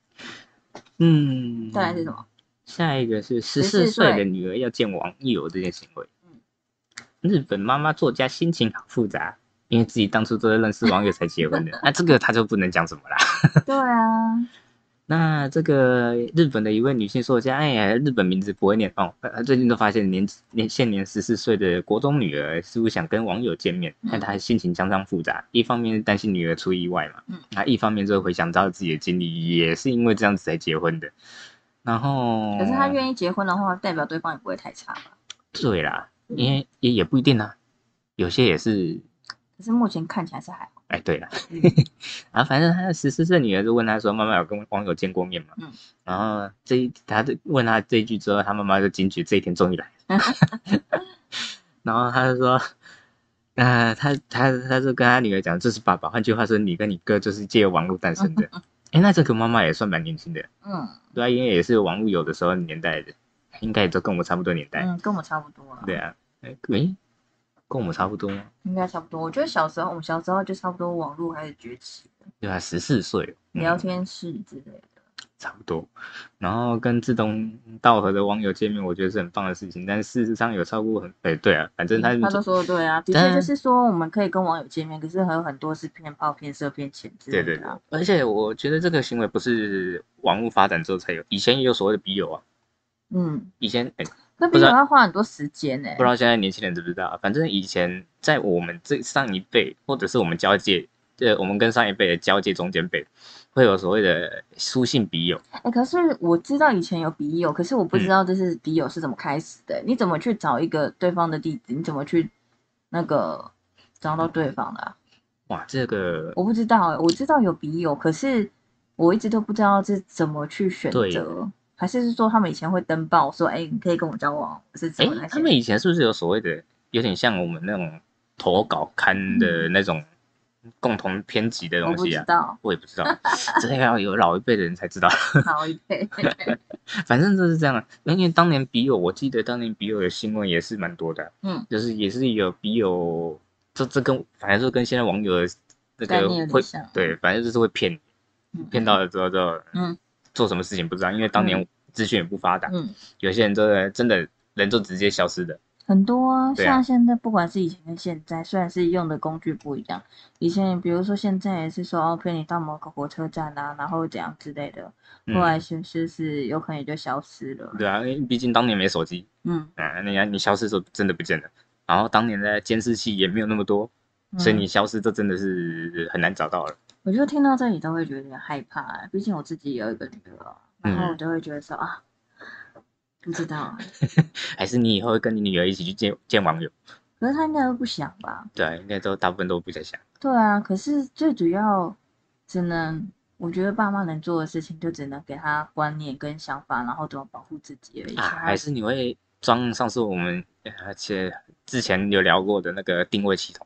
嗯， 再来是什么？ 下一个是十十四四岁的岁， 女儿要见网友这件行为。 嗯， 日本妈妈作家心情好复杂，因为自己当初都是认识网友才结婚的，那这个她就不能讲什么啦。 对啊， 那这个日本的一位女性作家，哎呀，日本名字不会念哦。她最近都发现年年现年十四岁的国中女儿似乎想跟网友见面，但她心情相当复杂。一方面是担心女儿出意外嘛，嗯，那一方面就回想到自己的经历，也是因为这样子才结婚的。然后， 可是他愿意结婚的话，代表对方也不会太差吧？ 对啦，因为也也不一定啊，有些也是。 可是目前看起来是还好。 哎，对了，然后反正他的十四岁女儿就问他说：“妈妈有跟网友见过面吗？”嗯，然后这一他就问他这一句之后，他妈妈就惊觉这一天终于来了。然后他就说：“啊、他他他就跟他女儿讲，这是爸爸。换句话说，你跟你哥就是借由网络诞生的。哎，那这个妈妈也算蛮年轻的，嗯，对啊，因为也是网络有的时候年代的，应该也都跟我差不多年代， 嗯，跟我差不多了。 对啊，哎，诶跟我们差不多吗？ 应该差不多。我觉得小时候，我们小时候就差不多网络开始崛起了， 对啊，十四岁， 聊天室之类的。 差不多，然后跟志同道合的网友见面，我觉得是很棒的事情。但是事实上有超过很，哎、欸，对啊，反正他、 嗯、他都说的对啊，的确就是说我们可以跟网友见面，可是还有很多是骗炮、骗色、骗钱之类的、啊。 对对对，而且我觉得这个行为不是网络发展之后才有，以前也有所谓的笔友啊。嗯，以前哎， 那笔友要花很多时间呢、欸， 不知道现在年轻人知不知道？反正以前在我们这上一辈，或者是我们交界，呃，我们跟上一辈的交界中间辈。会有所谓的书信笔友， 哎、欸，可是我知道以前有笔友，可是我不知道这是笔友是怎么开始的、欸嗯。你怎么去找一个对方的地址？你怎么去那个找到对方的、啊？ 哇，这个我不知道、欸，我知道有笔友，可是我一直都不知道是怎么去选择，还是是说他们以前会登报说，哎、欸，你可以跟我交往，是怎么那些？ 他们以前是不是有所谓的，有点像我们那种投稿刊的那种？嗯共同编辑的东西啊， 我, 我也不知道，这个要有老一辈的人才知道。 老一辈， 反正就是这样。因为当年笔友，我记得当年笔友的新闻也是蛮多的，嗯，就是也是有笔友，这这跟反正就跟现在网友的那个会对，反正就是会骗你，骗到了之后就嗯做什么事情不知道，因为当年资讯也不发达，嗯，有些人真的真的人就直接消失的。 很多啊，像现在不管是以前跟现在，虽然是用的工具不一样，以前比如说现在也是说哦骗你到某个火车站啊，然后怎样之类的，后来就是是有可能也就消失了。 对啊，因为毕竟当年没手机，嗯，啊，那你消失的时候真的不见了，然后当年的监视器也没有那么多，所以你消失这真的是很难找到了。 我就听到这里都会觉得有点害怕、欸，毕竟我自己有一个女儿，然后我就会觉得说、嗯、啊。不知道， 还是你以后会跟你女儿一起去见见网友？ 可是她应该都不想吧？ 对啊，应该都大部分都不在想。 对啊，可是最主要只能，我觉得爸妈能做的事情就只能给他观念跟想法，然后怎么保护自己而已。 啊，还是你会装上次我们而且之前有聊过的那个定位系统。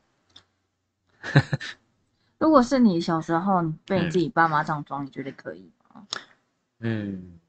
如果是你小时候你被你自己爸妈这样装、嗯，你觉得可以吗？嗯。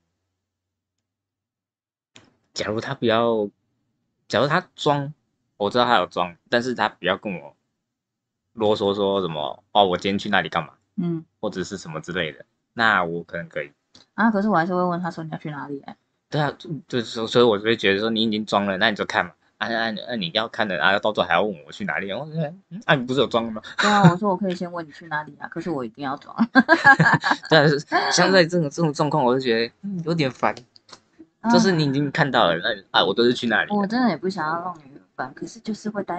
假如他不要，假如他装，我知道他有装，但是他不要跟我啰嗦说什么哦，我今天去那里干嘛，嗯，或者是什么之类的，那我可能可以啊。可是我还是会问他说你要去哪里、欸？ 对啊，就是说，所以我就会觉得说你已经装了，那你就看嘛。啊啊啊！你要看的啊，到最后还要问我去哪里？我说，啊，你不是有装吗？ 对啊，我说我可以先问你去哪里啊，可是我一定要装。 对啊，像在这种这种状况，我就觉得、嗯、有点烦。就是你已经看到了，那啊，我都是去那里。 我真的也不想要让你们烦，可是就是会担心你的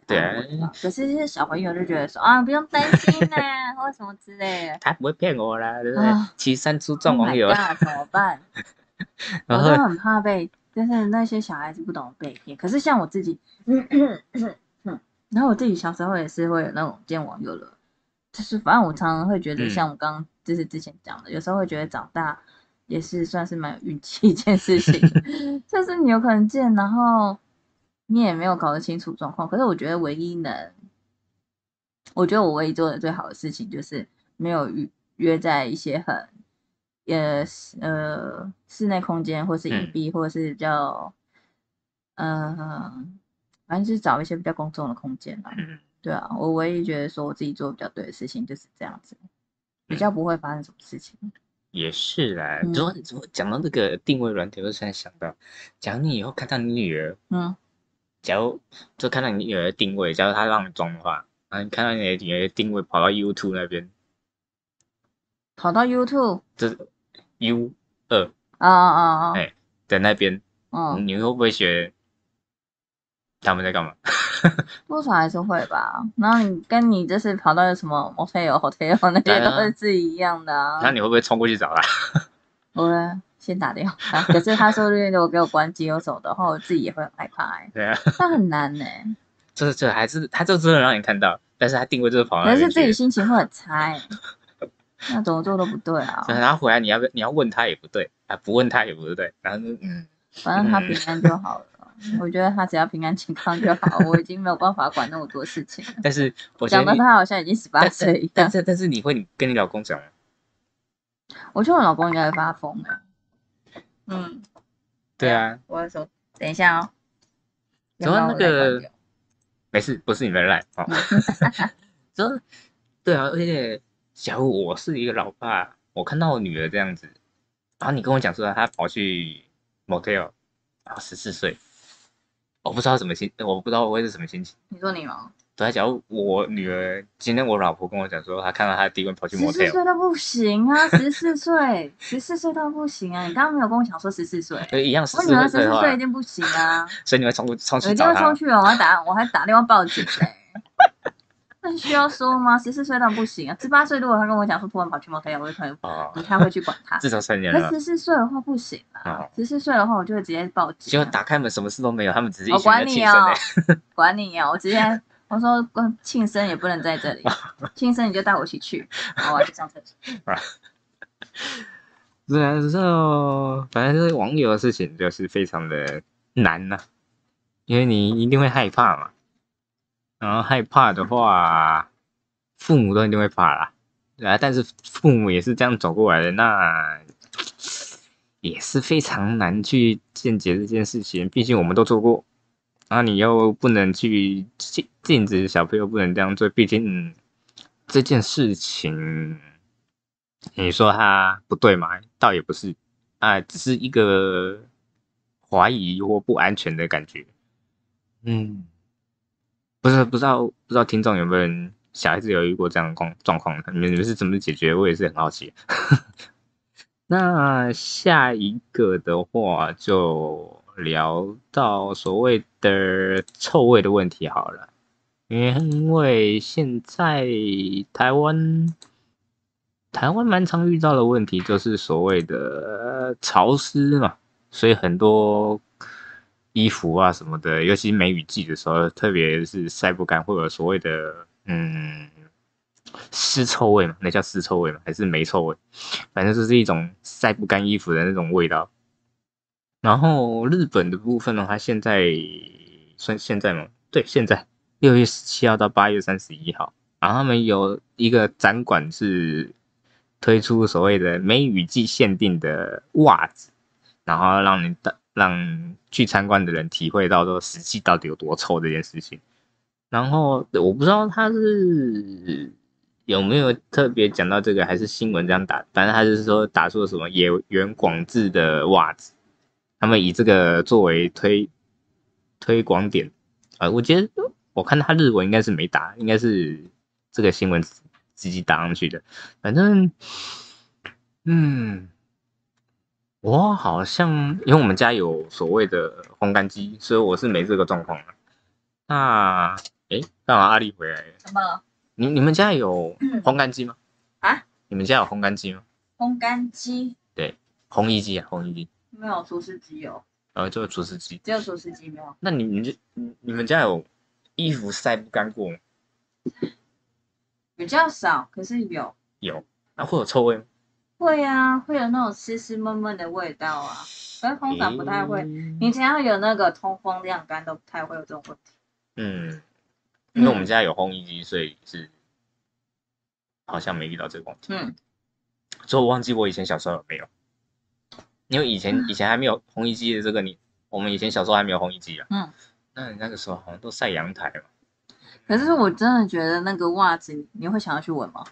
对啊， 可是这些小朋友就觉得说啊，不用担心啊，或什么之类的。 他不会骗我啦，对不对？ 啊岐山出状 Oh 网 my 友， god，怎么办？ 然后我都很怕被，就是那些小孩子不懂被骗。可是像我自己，然后我自己小时候也是会有那种见网友的，就是反正我常常会觉得， 嗯像我刚刚就是之前讲的，有时候会觉得长大也是算是蛮有运气一件事情，就是你有可能见，然后你也没有搞得清楚状况。可是我觉得唯一能，我觉得我唯一做的最好的事情就是没有约约在一些很呃呃室内空间，或是隐蔽，或者是比较呃，反正就是找一些比较公众的空间啦。 嗯， 对啊，我唯一觉得说我自己做比较对的事情就是这样子，比较不会发生什么事情。 也是啦。 嗯如果讲到这个定位软体，我突然想到，假如你以后看到你女儿， 嗯， 假如就看到你女儿的定位，假如她让你装的话，然后你看到你的女儿的定位跑到 YouTube 那边， 跑到 YouTube 这是 U 二啊啊啊， 哎的那边， 嗯， 你会不会觉得他们在干嘛？ 多少还是会吧。然后你跟你就是跑到什么 motel hotel 那些都是是一样的啊。 那你会不会冲过去找他？ 我会先打电话，可是他说如果给我关机有手的话，我自己也会很害怕哎、 对啊， 那很难呢、 这这还是他就真的让你看到，但是他定位就是跑到可是那边去。 自己心情会很差哎、那怎么做都不对啊。 然后回来你要你要问他也不对啊，不问他也不对，然后就嗯， 反正他平安就好了。我觉得他只要平安健康就好，我已经没有办法管那么多事情了。 但是我觉讲的得你他好像已经十八岁一样。 但是但是你会你跟你老公讲吗？ 我觉得我老公应该会发疯的。嗯， 对啊， 我会说等一下哦。 主要那要不然我来个关掉没事，不是你们赖哦。主要对啊，而且假如我是一个老爸，我看到我女儿这样子，然后你跟我讲说她跑去 motel，然后十四岁，我不知道什么心，我不知道我会是什么心情。 你说你吗？ 对啊，假如我女儿今天我老婆跟我讲说，她看到她的弟弟跑去十四 motel， 岁都不行啊，十四岁，十四岁都不行啊！你刚刚没有跟我讲说十四岁， 呃，一样十我女儿十四岁的话， 四岁一定不行啊！ 所以你会冲过冲我去找她一定会冲。去哦，我还打我还打电话报警嘞、那需要说吗？十四岁当然不行啊，十八岁如果他跟我讲说突然跑去 motel，我就可能哦， 不太会去管他。 至少成年了。 可十四岁的话不行啊哦， 十四岁的话我就会直接报警、 结果啊。 打开门什么事都没有，他们只是一我群人管你哦庆生欸， 管你哦，我直接我说光庆生也不能在这里，庆生你就带我一起去，然后我要去上厕所。 对啊，之后反正这网友的事情就是非常的难呐、因为你一定会害怕嘛，然后害怕的话，父母都一定会怕啦，对啊，但是父母也是这样走过来的，那也是非常难去见解这件事情，毕竟我们都做过，然后你又不能去禁禁止小朋友不能这样做，毕竟、嗯、这件事情。你说他不对吗？倒也不是，啊，只是一个怀疑或不安全的感觉。嗯，不是不知道不知道听众有没有人小孩子有遇过这样的状状况？你们你们是怎么解决？我也是很好奇。那下一个的话，就聊到所谓的臭味的问题好了，因为现在台湾。台湾蛮常遇到的问题就是所谓的、呃、潮湿嘛，所以很多衣服啊什么的，尤其梅雨季的时候，特别是晒不干，会有所谓的嗯湿臭味嘛，那叫湿臭味嘛，还是霉臭味？反正就是一种晒不干衣服的那种味道。然后日本的部分的话，现在算现在吗？对，现在六月十七号到八月三十一号，然后他们有一个展馆是。推出所谓的梅雨季限定的袜子，然后让你让去参观的人体会到说湿气到底有多臭这件事情。然后我不知道他是有没有特别讲到这个，还是新闻这样打，反正他就是说打出了什么野原广志的袜子，他们以这个作为推推广点啊、呃，我觉得我看他日文应该是没打，应该是这个新闻。自己打上去的，反正，嗯，我好像因为我们家有所谓的烘干机，所以我是没这个状况的。那哎，干嘛阿丽回来了？ 什么？ 你你们家有烘干机吗？ 啊？ 你们家有烘干机吗？ 烘干机？ 对，烘衣机啊，烘衣机。 没有，除湿机有。 然后就是除湿机。 只有除湿机没有。 那你们就你你们家有衣服晒不干过吗？ 比较少，可是有。 有。那会有臭味吗？ 会啊，会有那种湿湿闷闷的味道啊。可是通常不太会，你只要有那个通风晾干，都不太会有这种问题。 嗯，因为我们家有烘衣机，所以是好像没遇到这个问题。嗯，所以我忘记我以前小时候有没有，因为以前以前还没有烘衣机的这个你，我们以前小时候还没有烘衣机啊。嗯，那你那个时候好像都晒阳台嘛。 可是我真的觉得那个袜子，你会想要去闻吗？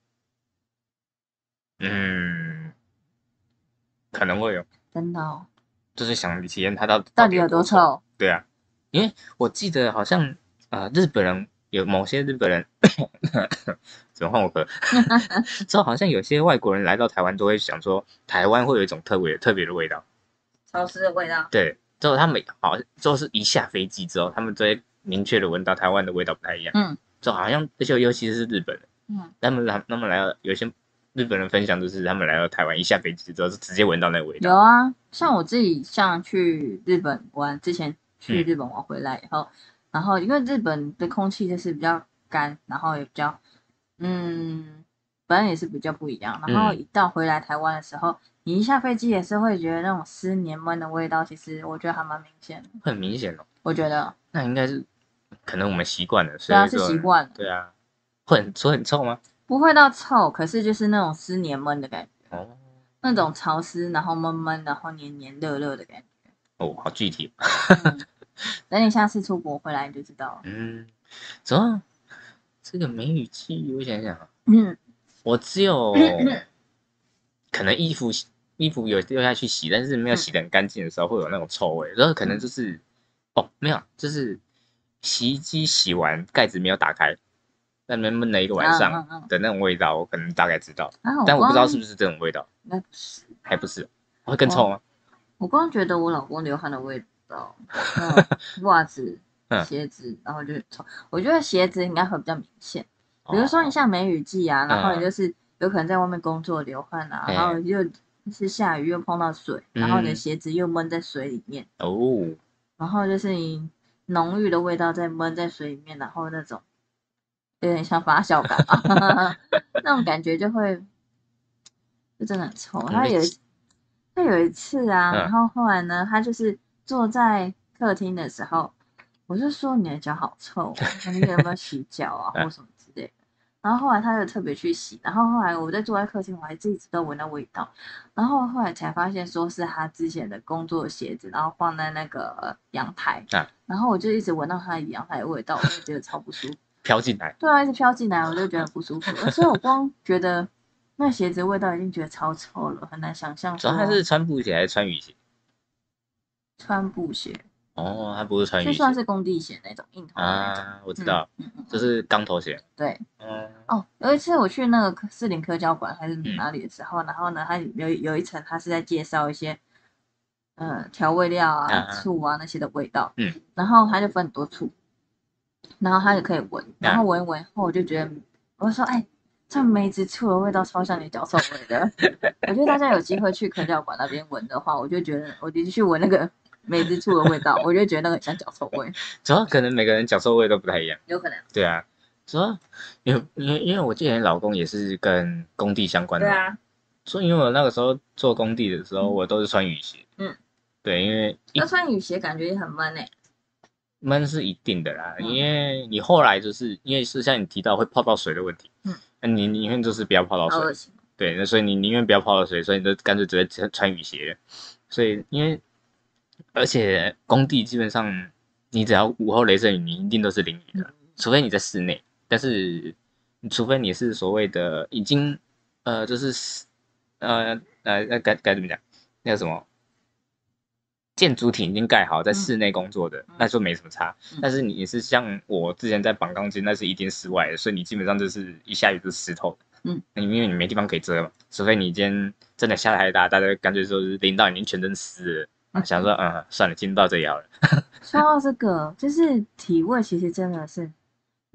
嗯，可能会有。真的哦。就是想体验它到到底有多臭？ 对啊，因为我记得好像呃日本人有某些日本人，怎么换我喝？之后好像有些外国人来到台湾都会想说，台湾会有一种特别特别的味道， 潮湿的味道。 对，之后他们好之后是一下飞机之后，他们就会明确的闻到台湾的味道不太一样。嗯，就好像而且尤其是日本人，嗯，他们来他们来到有些。日本人分享就是他们来到台湾，一下飞机之后是直接闻到那个味道。 有啊，像我自己，像去日本玩之前，去日本玩回来以后，嗯、然后因为日本的空气就是比较干，然后也比较，嗯，反正也是比较不一样。然后一到回来台湾的时候，嗯、你一下飞机也是会觉得那种湿黏闷的味道，其实我觉得还蛮明显的。 很明显哦。 我觉得。 那应该是可能我们习惯了，所以对啊，是习惯了。 对啊，会很说很臭吗？ 不会到臭，可是就是那种湿黏闷的感觉，哦，那种潮湿，然后闷闷，然后黏黏热热的感觉。 哦，好具体。 嗯、等你下次出国回来你就知道了。 嗯，怎么这个梅雨季？我想想，嗯，我只有可能衣服衣服有丢下去洗，但是没有洗得很干净的时候，会有那种臭味。然后可能就是、嗯、哦，没有，就是洗衣机洗完盖子没有打开。在那边闷了一个晚上的那种味道，我可能大概知道，啊、但我不知道是不是这种味道。 那不是， 还不是，会更臭吗？ 我光觉得我老公流汗的味道，嗯，袜子、鞋子，然后就臭。我觉得鞋子应该会比较明显，比如说你像梅雨季啊，然后你就是有可能在外面工作流汗啊，然后又是下雨又碰到水，然后你的鞋子又闷在水里面哦，然后就是你浓郁的味道在闷在水里面，然后那种。有点像发酵感吧，那种感觉就会，就真的很臭。他有他有一次啊，然后后来呢，他就是坐在客厅的时候，我就说你的脚好臭，你有没有洗脚啊，或什么之类的。然后后来他就特别去洗，然后后来我在坐在客厅，我还自己都闻到味道。然后后来才发现说是他之前的工作鞋子，然后放在那个阳台，然后我就一直闻到他的阳台的味道，我就觉得超不舒服。 飘进来， 对啊，一直飘进来，我就觉得很不舒服。所以我光觉得那鞋子味道已经觉得超臭了，很难想象。 主要他是穿布鞋还是穿雨鞋？ 穿布鞋。 哦，他不是穿雨鞋， 就算是工地鞋那种硬头的那种。 啊，我知道，嗯嗯，就是钢头鞋。 对，嗯。哦，有一次我去那个士林科教馆还是哪里的时候，嗯、然后呢，他有有一层他是在介绍一些，呃，调味料啊、啊醋啊那些的味道。嗯。然后他就分很多醋。然后他也可以闻，然后闻一闻后，我就觉得，我就说，哎，这梅子醋的味道超像你脚臭味的。我觉得大家有机会去科教馆那边闻的话，我就觉得，我就去闻那个梅子醋的味道，我就觉得那个很像脚臭味。 主要可能每个人脚臭味都不太一样， 有可能。 对啊，主要因为因为因为我之前老公也是跟工地相关的， 对啊， 所以因为我那个时候做工地的时候，我都是穿雨鞋，嗯，对，因为那穿雨鞋感觉也很闷诶。 闷是一定的啦，嗯、因为你后来就是因为是像你提到会泡到水的问题，嗯，那你宁愿就是不要泡到水，对，那所以你宁愿不要泡到水，所以你就干脆直接穿雨鞋。所以因为而且工地基本上你只要午后雷阵雨，你一定都是淋雨的，嗯、除非你在室内，但是除非你是所谓的已经呃就是呃呃该该怎么讲那个什么。建筑体已经盖好，在室内工作的，嗯、那就没什么差。嗯、但是你是像我之前在绑钢筋，那是一定室外的，所以你基本上就是一下雨就是湿透的。嗯，因为你没地方可以遮嘛，除非你今天真的下太大，大家干脆就是淋到已经全身湿了。嗯、想说，嗯，算了，今天到这里好了。 说到这个，就是体味，其实真的是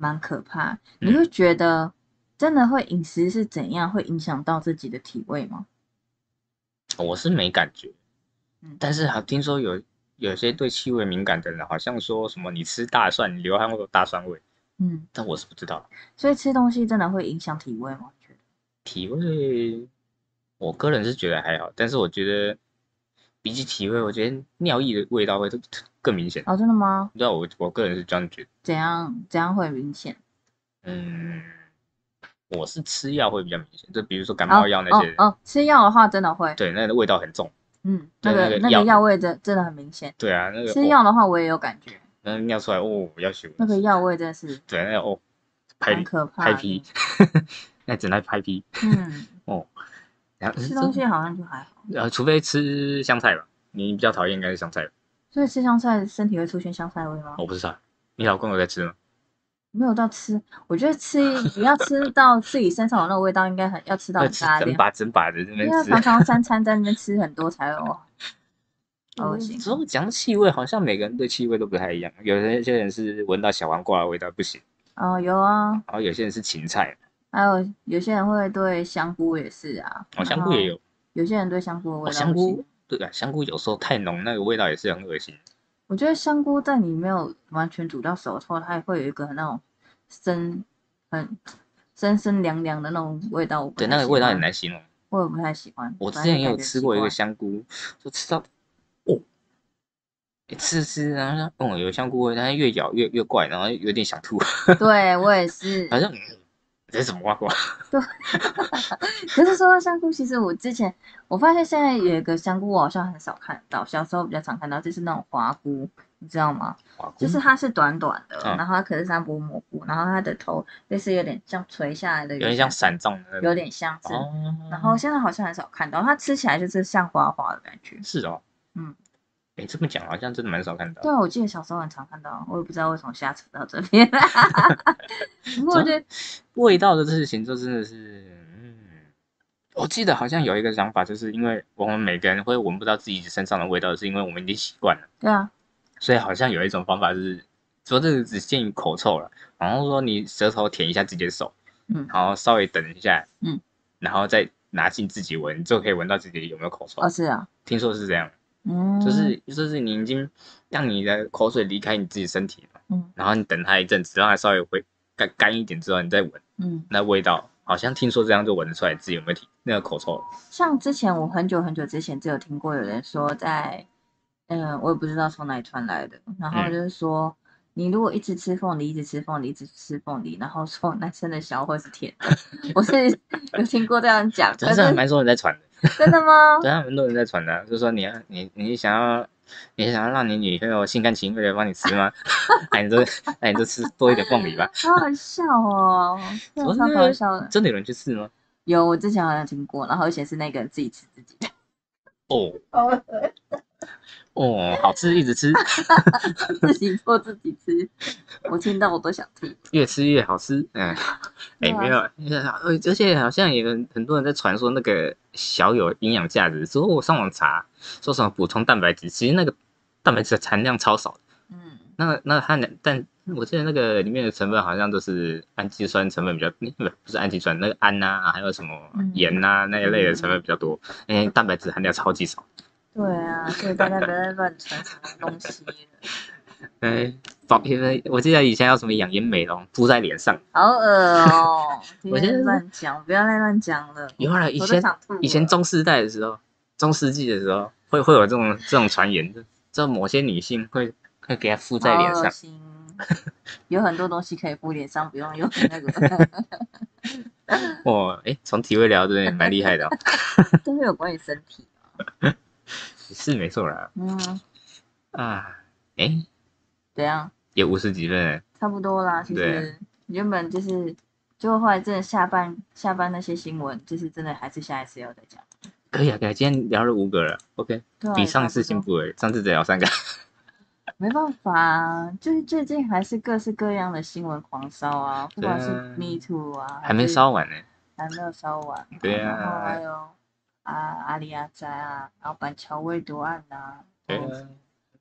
蛮可怕。你会觉得真的会饮食是怎样会影响到自己的体味吗？ 我是没感觉， 嗯， 但是好听说有有些对气味敏感的人，好像说什么你吃大蒜，你流汗会有大蒜味， 嗯， 但我是不知道。 所以吃东西真的会影响体味吗？觉得体味，我个人是觉得还好，但是我觉得比起体味，我觉得尿液的味道会更明显。 哦，真的吗？ 对啊，我我个人是这样觉得。 怎样怎样会明显？ 嗯，我是吃药会比较明显，就比如说感冒哦药那些， 哦哦，吃药的话真的会， 对，那个味道很重。 嗯，那对，那个个药， 那个药味真真的很明显。 对啊，那个吃哦， 药的话我也有感觉， 那个尿出来哦，要死那个药味真的是对，那个哦，拍蛮可怕的。 拍屁，那只能拍屁嗯， 哦。然后吃这东西好像就还好， 呃，除非吃香菜吧，你比较讨厌应该是香菜吧？ 所以吃香菜身体会出现香菜味吗？ 我不知道，你老公有在吃吗？ 没有到吃，我觉得吃你要吃到自己身上有那个味道，应该很要吃到会很大量， 吃整把整把的这边吃。 因为常常三餐在那边吃很多才有，好恶嗯， 心哦。 之后讲气味，好像每个人对气味都不太一样。有的些人是闻到小黄瓜的味道不行， 哦，有啊， 然后有些人是芹菜， 还有有些人会对香菇也是啊， 哦， 然后香菇也有。 有些人对香菇的哦， 味道不行。 香菇，对啊，香菇有时候太浓，那个味道也是很恶心。 我觉得香菇在你没有完全煮到熟的时候，它也会有一个那种生很生生凉凉的那种味道，我不对， 太那个味道很喜欢， 难形容。 我也不太喜欢， 我之前也有反正就感觉吃过一个奇怪。 香菇，就吃到哦，吃吃，然后说哦有香菇味，但是越咬越越怪，然后有点想吐， 对我也是， 好像嗯这是什么瓜瓜？ 对。可是说到香菇，其实我之前我发现现在有一个香菇，我好像很少看到，小时候比较常看到，就是那种花菇，你知道吗？ 花菇， 就是它是短短的， 嗯， 然后它可是三不蘑菇，然后它的头类似有点像垂下来的， 有点像伞状的那种。 有点像是。 哦， 然后现在好像很少看到，它吃起来就是像花花的感觉。 是哦， 嗯， 哎，这么讲好像真的蛮少看到。 对啊，我记得小时候很常看到，我也不知道为什么瞎扯到这边。不过我觉得， 味道的事情就真的是，嗯，我记得好像有一个想法，就是因为我们每个人会闻不到自己身上的味道，是因为我们已经习惯了， 对啊， 所以好像有一种方法是，说这个只限于口臭了，然后说你舌头舔一下自己的手， 嗯然后稍微等一下， 嗯， 然后再拿进自己闻，你就可以闻到自己有没有口臭。 哦是啊， 听说是这样， 嗯， 就是就是你已经让你的口水离开你自己身体了， 嗯然后你等它一阵子，让它稍微回干干一点之后，你再闻。 嗯。 那味道好像听说这样就闻得出来自己有没有体那个口臭。 像之前我很久很久之前就有听过有人说在，嗯，我也不知道从哪里传来的，然后就是说，你如果一直吃凤梨，一直吃凤梨，一直吃凤梨，然后说男生的小会是甜的，我是有听过这样讲， 真是还蛮多人在传的， 真的吗？ 对，还蛮多人在传的啊，就是说你要你你想要你想要让你女朋友心甘情愿的帮你吃吗？那你就那你就吃多一点凤梨吧。 好好笑哦，真的超我是搞笑的。 真的有人去试吗？ 有，我之前好像听过，然后而且是那个人自己吃自己的。 哦哦， 哦，好吃一直吃， 自己做自己吃，我听到我都想吐。 越吃越好吃。嗯，哎、没有，而且好像也有很多人在传说那个小有营养价值，之后我上网查说什么补充蛋白质，其实那个蛋白质的含量超少的。 嗯， 那那它但我记得那个里面的成分好像都是氨基酸成分比较，不不是氨基酸，那个氨呐、啊，还有什么盐呐、啊、那一类的成分比较多，因为蛋白质含量超级少。 对啊，所以大家不要再乱传什么东西了。 哎，保因为我记得以前有什么养颜美容敷在脸上， 好恶哦！ 我现在乱讲，不要再乱讲了。 有啊，以前以前中世代的时候，中世纪的时候会会有这种这种传言的，这某些女性会会给它敷在脸上。 有很多东西可以敷脸上，不用用那个。 哇，哎，从体味聊真的蛮厉害的哦。 都是有关于身体啊。 是没错啦。 嗯。 啊，哎， 怎样？ 也五十几分了。 差不多啦，其实原本就是，就后来真的下班下班那些新闻，就是真的还是下一次要再讲。 可以啊，可以，今天聊了五个了 ，OK， 啊、 比上次进步了，上次只聊三个。 没办法、啊，就是最近还是各式各样的新闻狂烧啊，不管是 Me Too 啊， 还没烧完呢， 还没有烧完。 对啊， 然后还有啊阿里阿仔啊，然后板桥未读案啊， 对啊，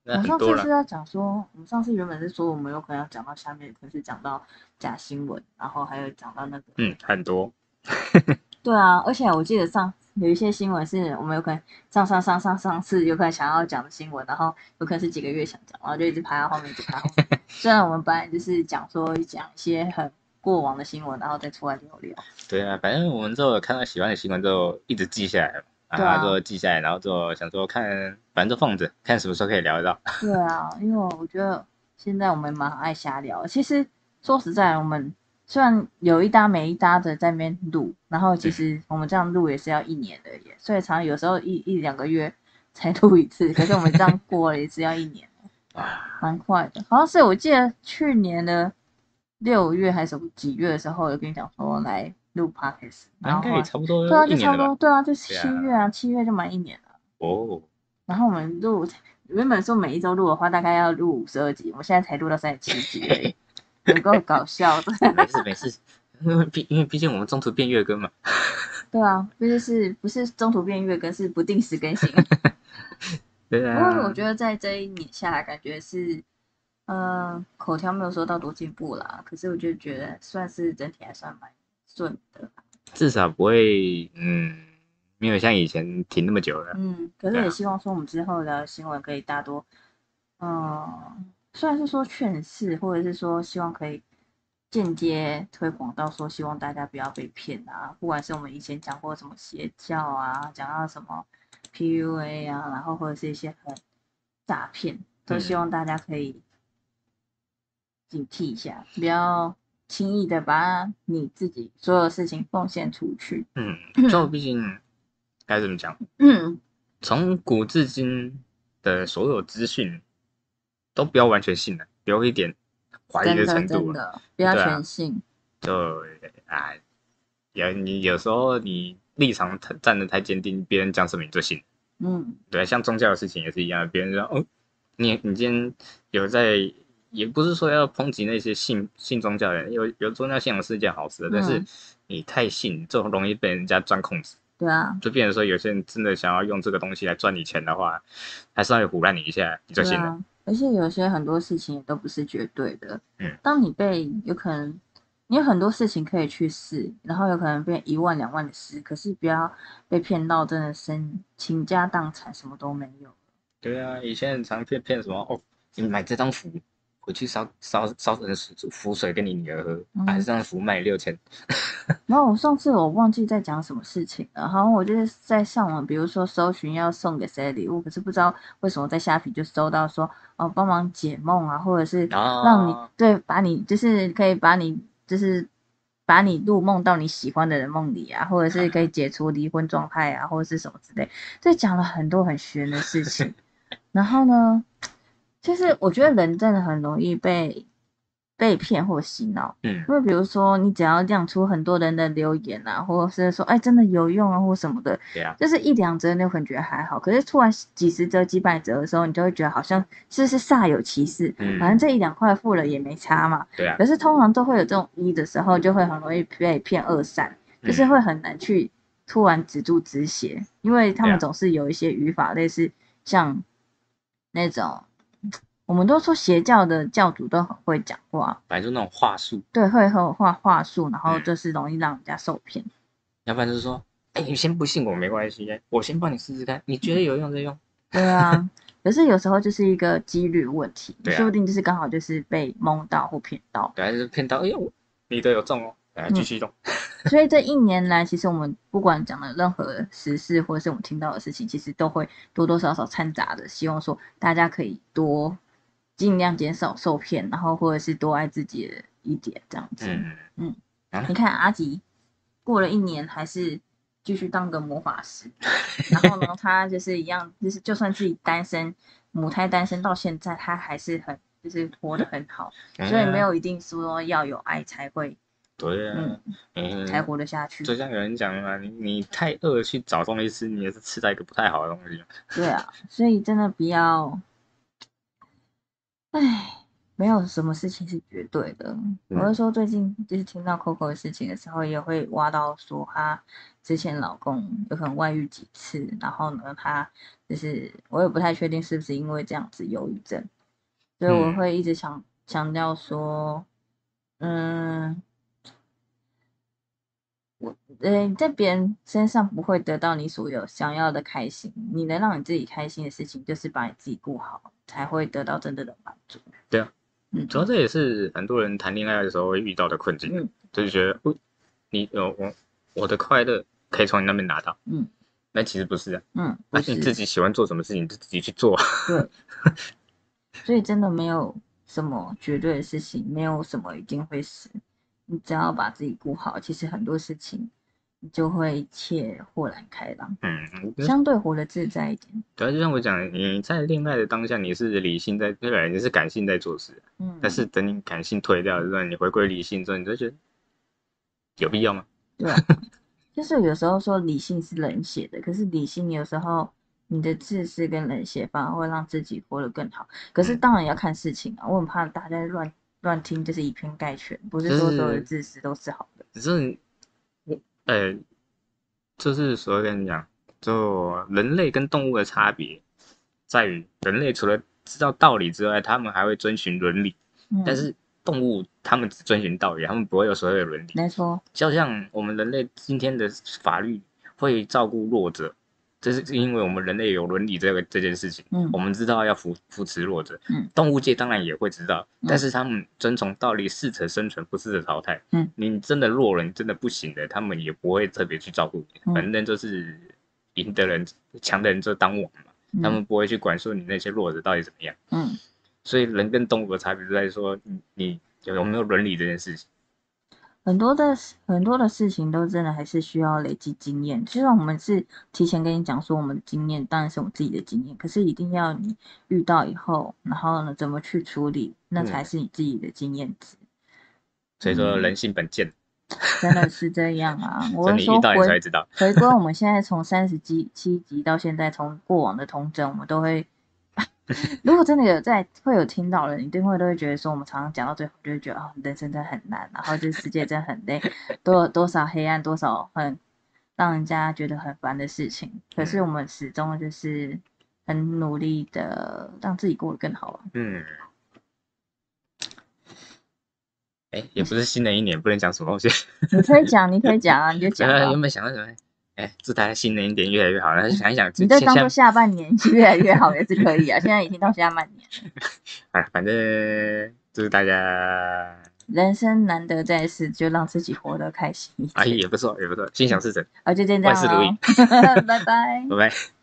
那我很多了。 上次是要讲说，我们上次原本是说我们有可能要讲到下面，可是讲到假新闻，然后还有讲到那个， 嗯，很多。 对啊，而且我记得上有一些新闻是我们有可能上上上上上次有可能想要讲的新闻，然后有可能是几个月想讲，然后就一直排到后面，一直排到后面。虽然我们本来就是讲说讲一些很过往的新闻，然后再出来聊聊。 对啊，反正我们之后看到喜欢的新闻之后，一直记下来嘛， 对啊然后之后记下来，然后之后想说看，反正就放着，看什么时候可以聊得到。 对啊，因为我觉得现在我们蛮爱瞎聊的。其实说实在，我们虽然有一搭没一搭的在那边录，然后其实我们这样录也是要一年的耶，所以常常有时候一一两个月才录一次，可是我们这样过了也是要一年，蛮快的。好像是我记得去年的六月还是什么几月的时候，有跟你讲说来录 podcast，然应该也后后来差不多对啊， 一年了吧？ 就差不多，对啊，就七对啊， 月啊，七月就满一年了。 哦， 然后我们录，原本说每一周录的话，大概要录五十二集，我们现在才录到三十七集而已，有够搞笑的。 没事没事，因为毕因为毕竟我们中途变月更嘛。 对啊，就是不是中途变月更，是不定时更新。 对不过我啊， 觉得在这一年下来，感觉是，呃，口条没有说到多进步啦，可是我就觉得算是整体还算蛮顺的。 至少不会嗯，没有像以前停那么久了。 嗯，可是对啊， 也希望说我们之后的新闻可以大多，嗯，虽然是说劝世，或者是说希望可以间接推广到说希望大家不要被骗啊，不管是我们以前讲过什么邪教啊，讲到什么 P U A 啊，然后或者是一些很诈骗，都希望大家可以警惕一下，不要轻易的把你自己所有事情奉献出去。 嗯，就毕竟该怎么讲， 嗯， 从古至今的所有资讯都不要完全信了，留一点怀疑真的的程度啊。 真的不要对啊， 全信。 就啊，有你有时候你立场站得太坚定，别人讲什么你就信。 嗯， 对，像宗教的事情也是一样，别人说哦，你你今天有在，也不是说要抨击那些信信宗教的人，有有宗教信仰是一件好事的，但是嗯， 你太信，就容易被人家钻空子。 对啊， 就变成说，有些人真的想要用这个东西来赚你钱的话，还是会唬烂你一下，你就信了。 对啊，而且有些很多事情也都不是绝对的。 嗯， 当你被有可能，你有很多事情可以去试，然后有可能变一万两万的试，可是不要被骗到真的身倾家荡产，什么都没有。 对啊，以前很常骗骗什么哦，你买这张符回去烧烧烧成符水给你女儿喝， 嗯， 还是这张符卖六千。 然后我上次我忘记在讲什么事情了，好像我就是在上网，比如说搜寻要送给谁的礼物，可是不知道为什么在虾皮就搜到说哦帮忙解梦啊，或者是让你、 啊， 对把你就是可以把你就是把你入梦到你喜欢的人梦里啊，或者是可以解除离婚状态啊，或者是什么之类，这讲了很多很玄的事情。然后呢，其实我觉得人真的很容易被被骗或洗脑。 嗯， 因为比如说，你只要亮出很多人的留言啊，或者是说，哎，真的有用啊，或什么的， 对啊， 就是一两则你可能觉得还好，可是突然几十则、几百则的时候，你就会觉得好像是不是煞有其事， 嗯， 反正这一两块付了也没差嘛。 对啊可，是通常都会有这种一的时候，就会很容易被骗二散，就是会很难去突然止住止血，因为他对啊们总是有一些语法类似像那种。我们都说邪教的教主都很会讲话， 反正就那种话术， 对，会会画话术，然后嗯， 就是容易让人家受骗。 要不然就是说，哎，你先不信我没关系，我先帮你试试看，你觉得有用再用。 对啊，可是有时候就是一个几率问题， 对啊说不定就是刚好就是被蒙到或骗到。 对，还是骗到，哎呦，你的有中哦，来继续用。 所以这一年来，其实我们不管讲的任何时事，或者是我们听到的事情，其实都会多多少少掺杂的，希望说大家可以多尽量减少受骗，然后或者是多爱自己的一点这样子。 嗯嗯， 啊你看阿吉过了一年还是继续当个魔法师，然后呢，他就是一样，就是就算自己单身，母胎单身到现在，他还是很就是活得很好，所以没有一定说要有爱才会对啊， 嗯嗯， 才活得下去。 就像有人讲嘛，你你太饿去找东西吃，你也是吃到一个不太好的东西。 对啊，所以真的不要，唉， 没有什么事情是绝对的。 嗯我是说，最近就是听到 Coco 的事情的时候，也会挖到说她之前老公有可能外遇几次，然后呢，她就是我也不太确定是不是因为这样子忧郁症，所以我会一直想强调说，嗯。我呃，你在别人身上不会得到你所有想要的开心，你能让你自己开心的事情，就是把你自己顾好，才会得到真正的满足。 对啊， 嗯， 主要这也是很多人谈恋爱的时候会遇到的困境， 嗯， 就是觉得，哦，你呃我我的快乐可以从你那边拿到， 嗯， 但其实不是啊， 嗯，不那、 是， 你自己喜欢做什么事情，就自己去做。 对，所以真的没有什么绝对的事情，没有什么一定会死，你只要把自己顾好，其实很多事情你就会一切豁然开朗， 嗯， 相对活得自在一点。 对啊，就像我讲，你在恋爱的当下，你是理性在，对，你是感性在做事， 嗯， 但是等你感性退掉之后，你回归理性之后，你就觉得有必要吗？ 对啊。就是有时候说理性是冷血的，可是理性有时候你的自私跟冷血反而会让自己活得更好。可是当然也要看事情啊，我很怕大家乱乱听，就是以偏概全，不是说所有的自私都是好的。 只是我，呃，就是所跟你讲，就人类跟动物的差别在于，人类除了知道道理之外，他们还会遵循伦理， 嗯， 但是动物他们只遵循道理，他们不会有所谓的伦理。 没错， 就像我们人类今天的法律会照顾弱者，这是因为我们人类有伦理这个这件事情， 嗯， 我们知道要扶扶持弱者， 嗯， 动物界当然也会知道， 嗯、 但是他们遵从道理，适者生存，不适者淘汰。 嗯， 你真的弱了，你真的不行的，他们也不会特别去照顾你， 嗯、 反正就是赢的人、强的人就当王嘛， 嗯、 他们不会去管说你那些弱者到底怎么样。 嗯， 所以人跟动物的差别就在说你你有没有伦理这件事情。 很多的很多的事情都真的还是需要累积经验。就算我们是提前跟你讲说我们的经验，当然是我们自己的经验，可是一定要你遇到以后，然后呢怎么去处理，那才是你自己的经验值。 所以说人性本贱， 真的是这样啊！我所以是说你遇到你才回会知道。 回归，我们现在从三十七集到现在，从过往的同整，我们都会。如果真的有在会有听到人，一定会都会觉得说，我们常常讲到最后，就会觉得哦，人生真的很难，然后这世界真的很累，都有多少黑暗，多少很让人家觉得很烦的事情。可是我们始终就是很努力的让自己过得更好啊。 嗯，哎，也不是新的一年，不能讲什么东西。 你可以讲，你可以讲啊，你就讲吧。 原本想到什么？哎，祝大家新的一年越来越好。然后想一想， 你就当做下半年越来越好也是可以啊。现在已经到下半年了。 啊，反正祝大家人生难得在世，就让自己活得开心一点。 啊，也不错，也不错，心想事成。 啊，就这样咯。 万事如意。 拜拜。 拜拜。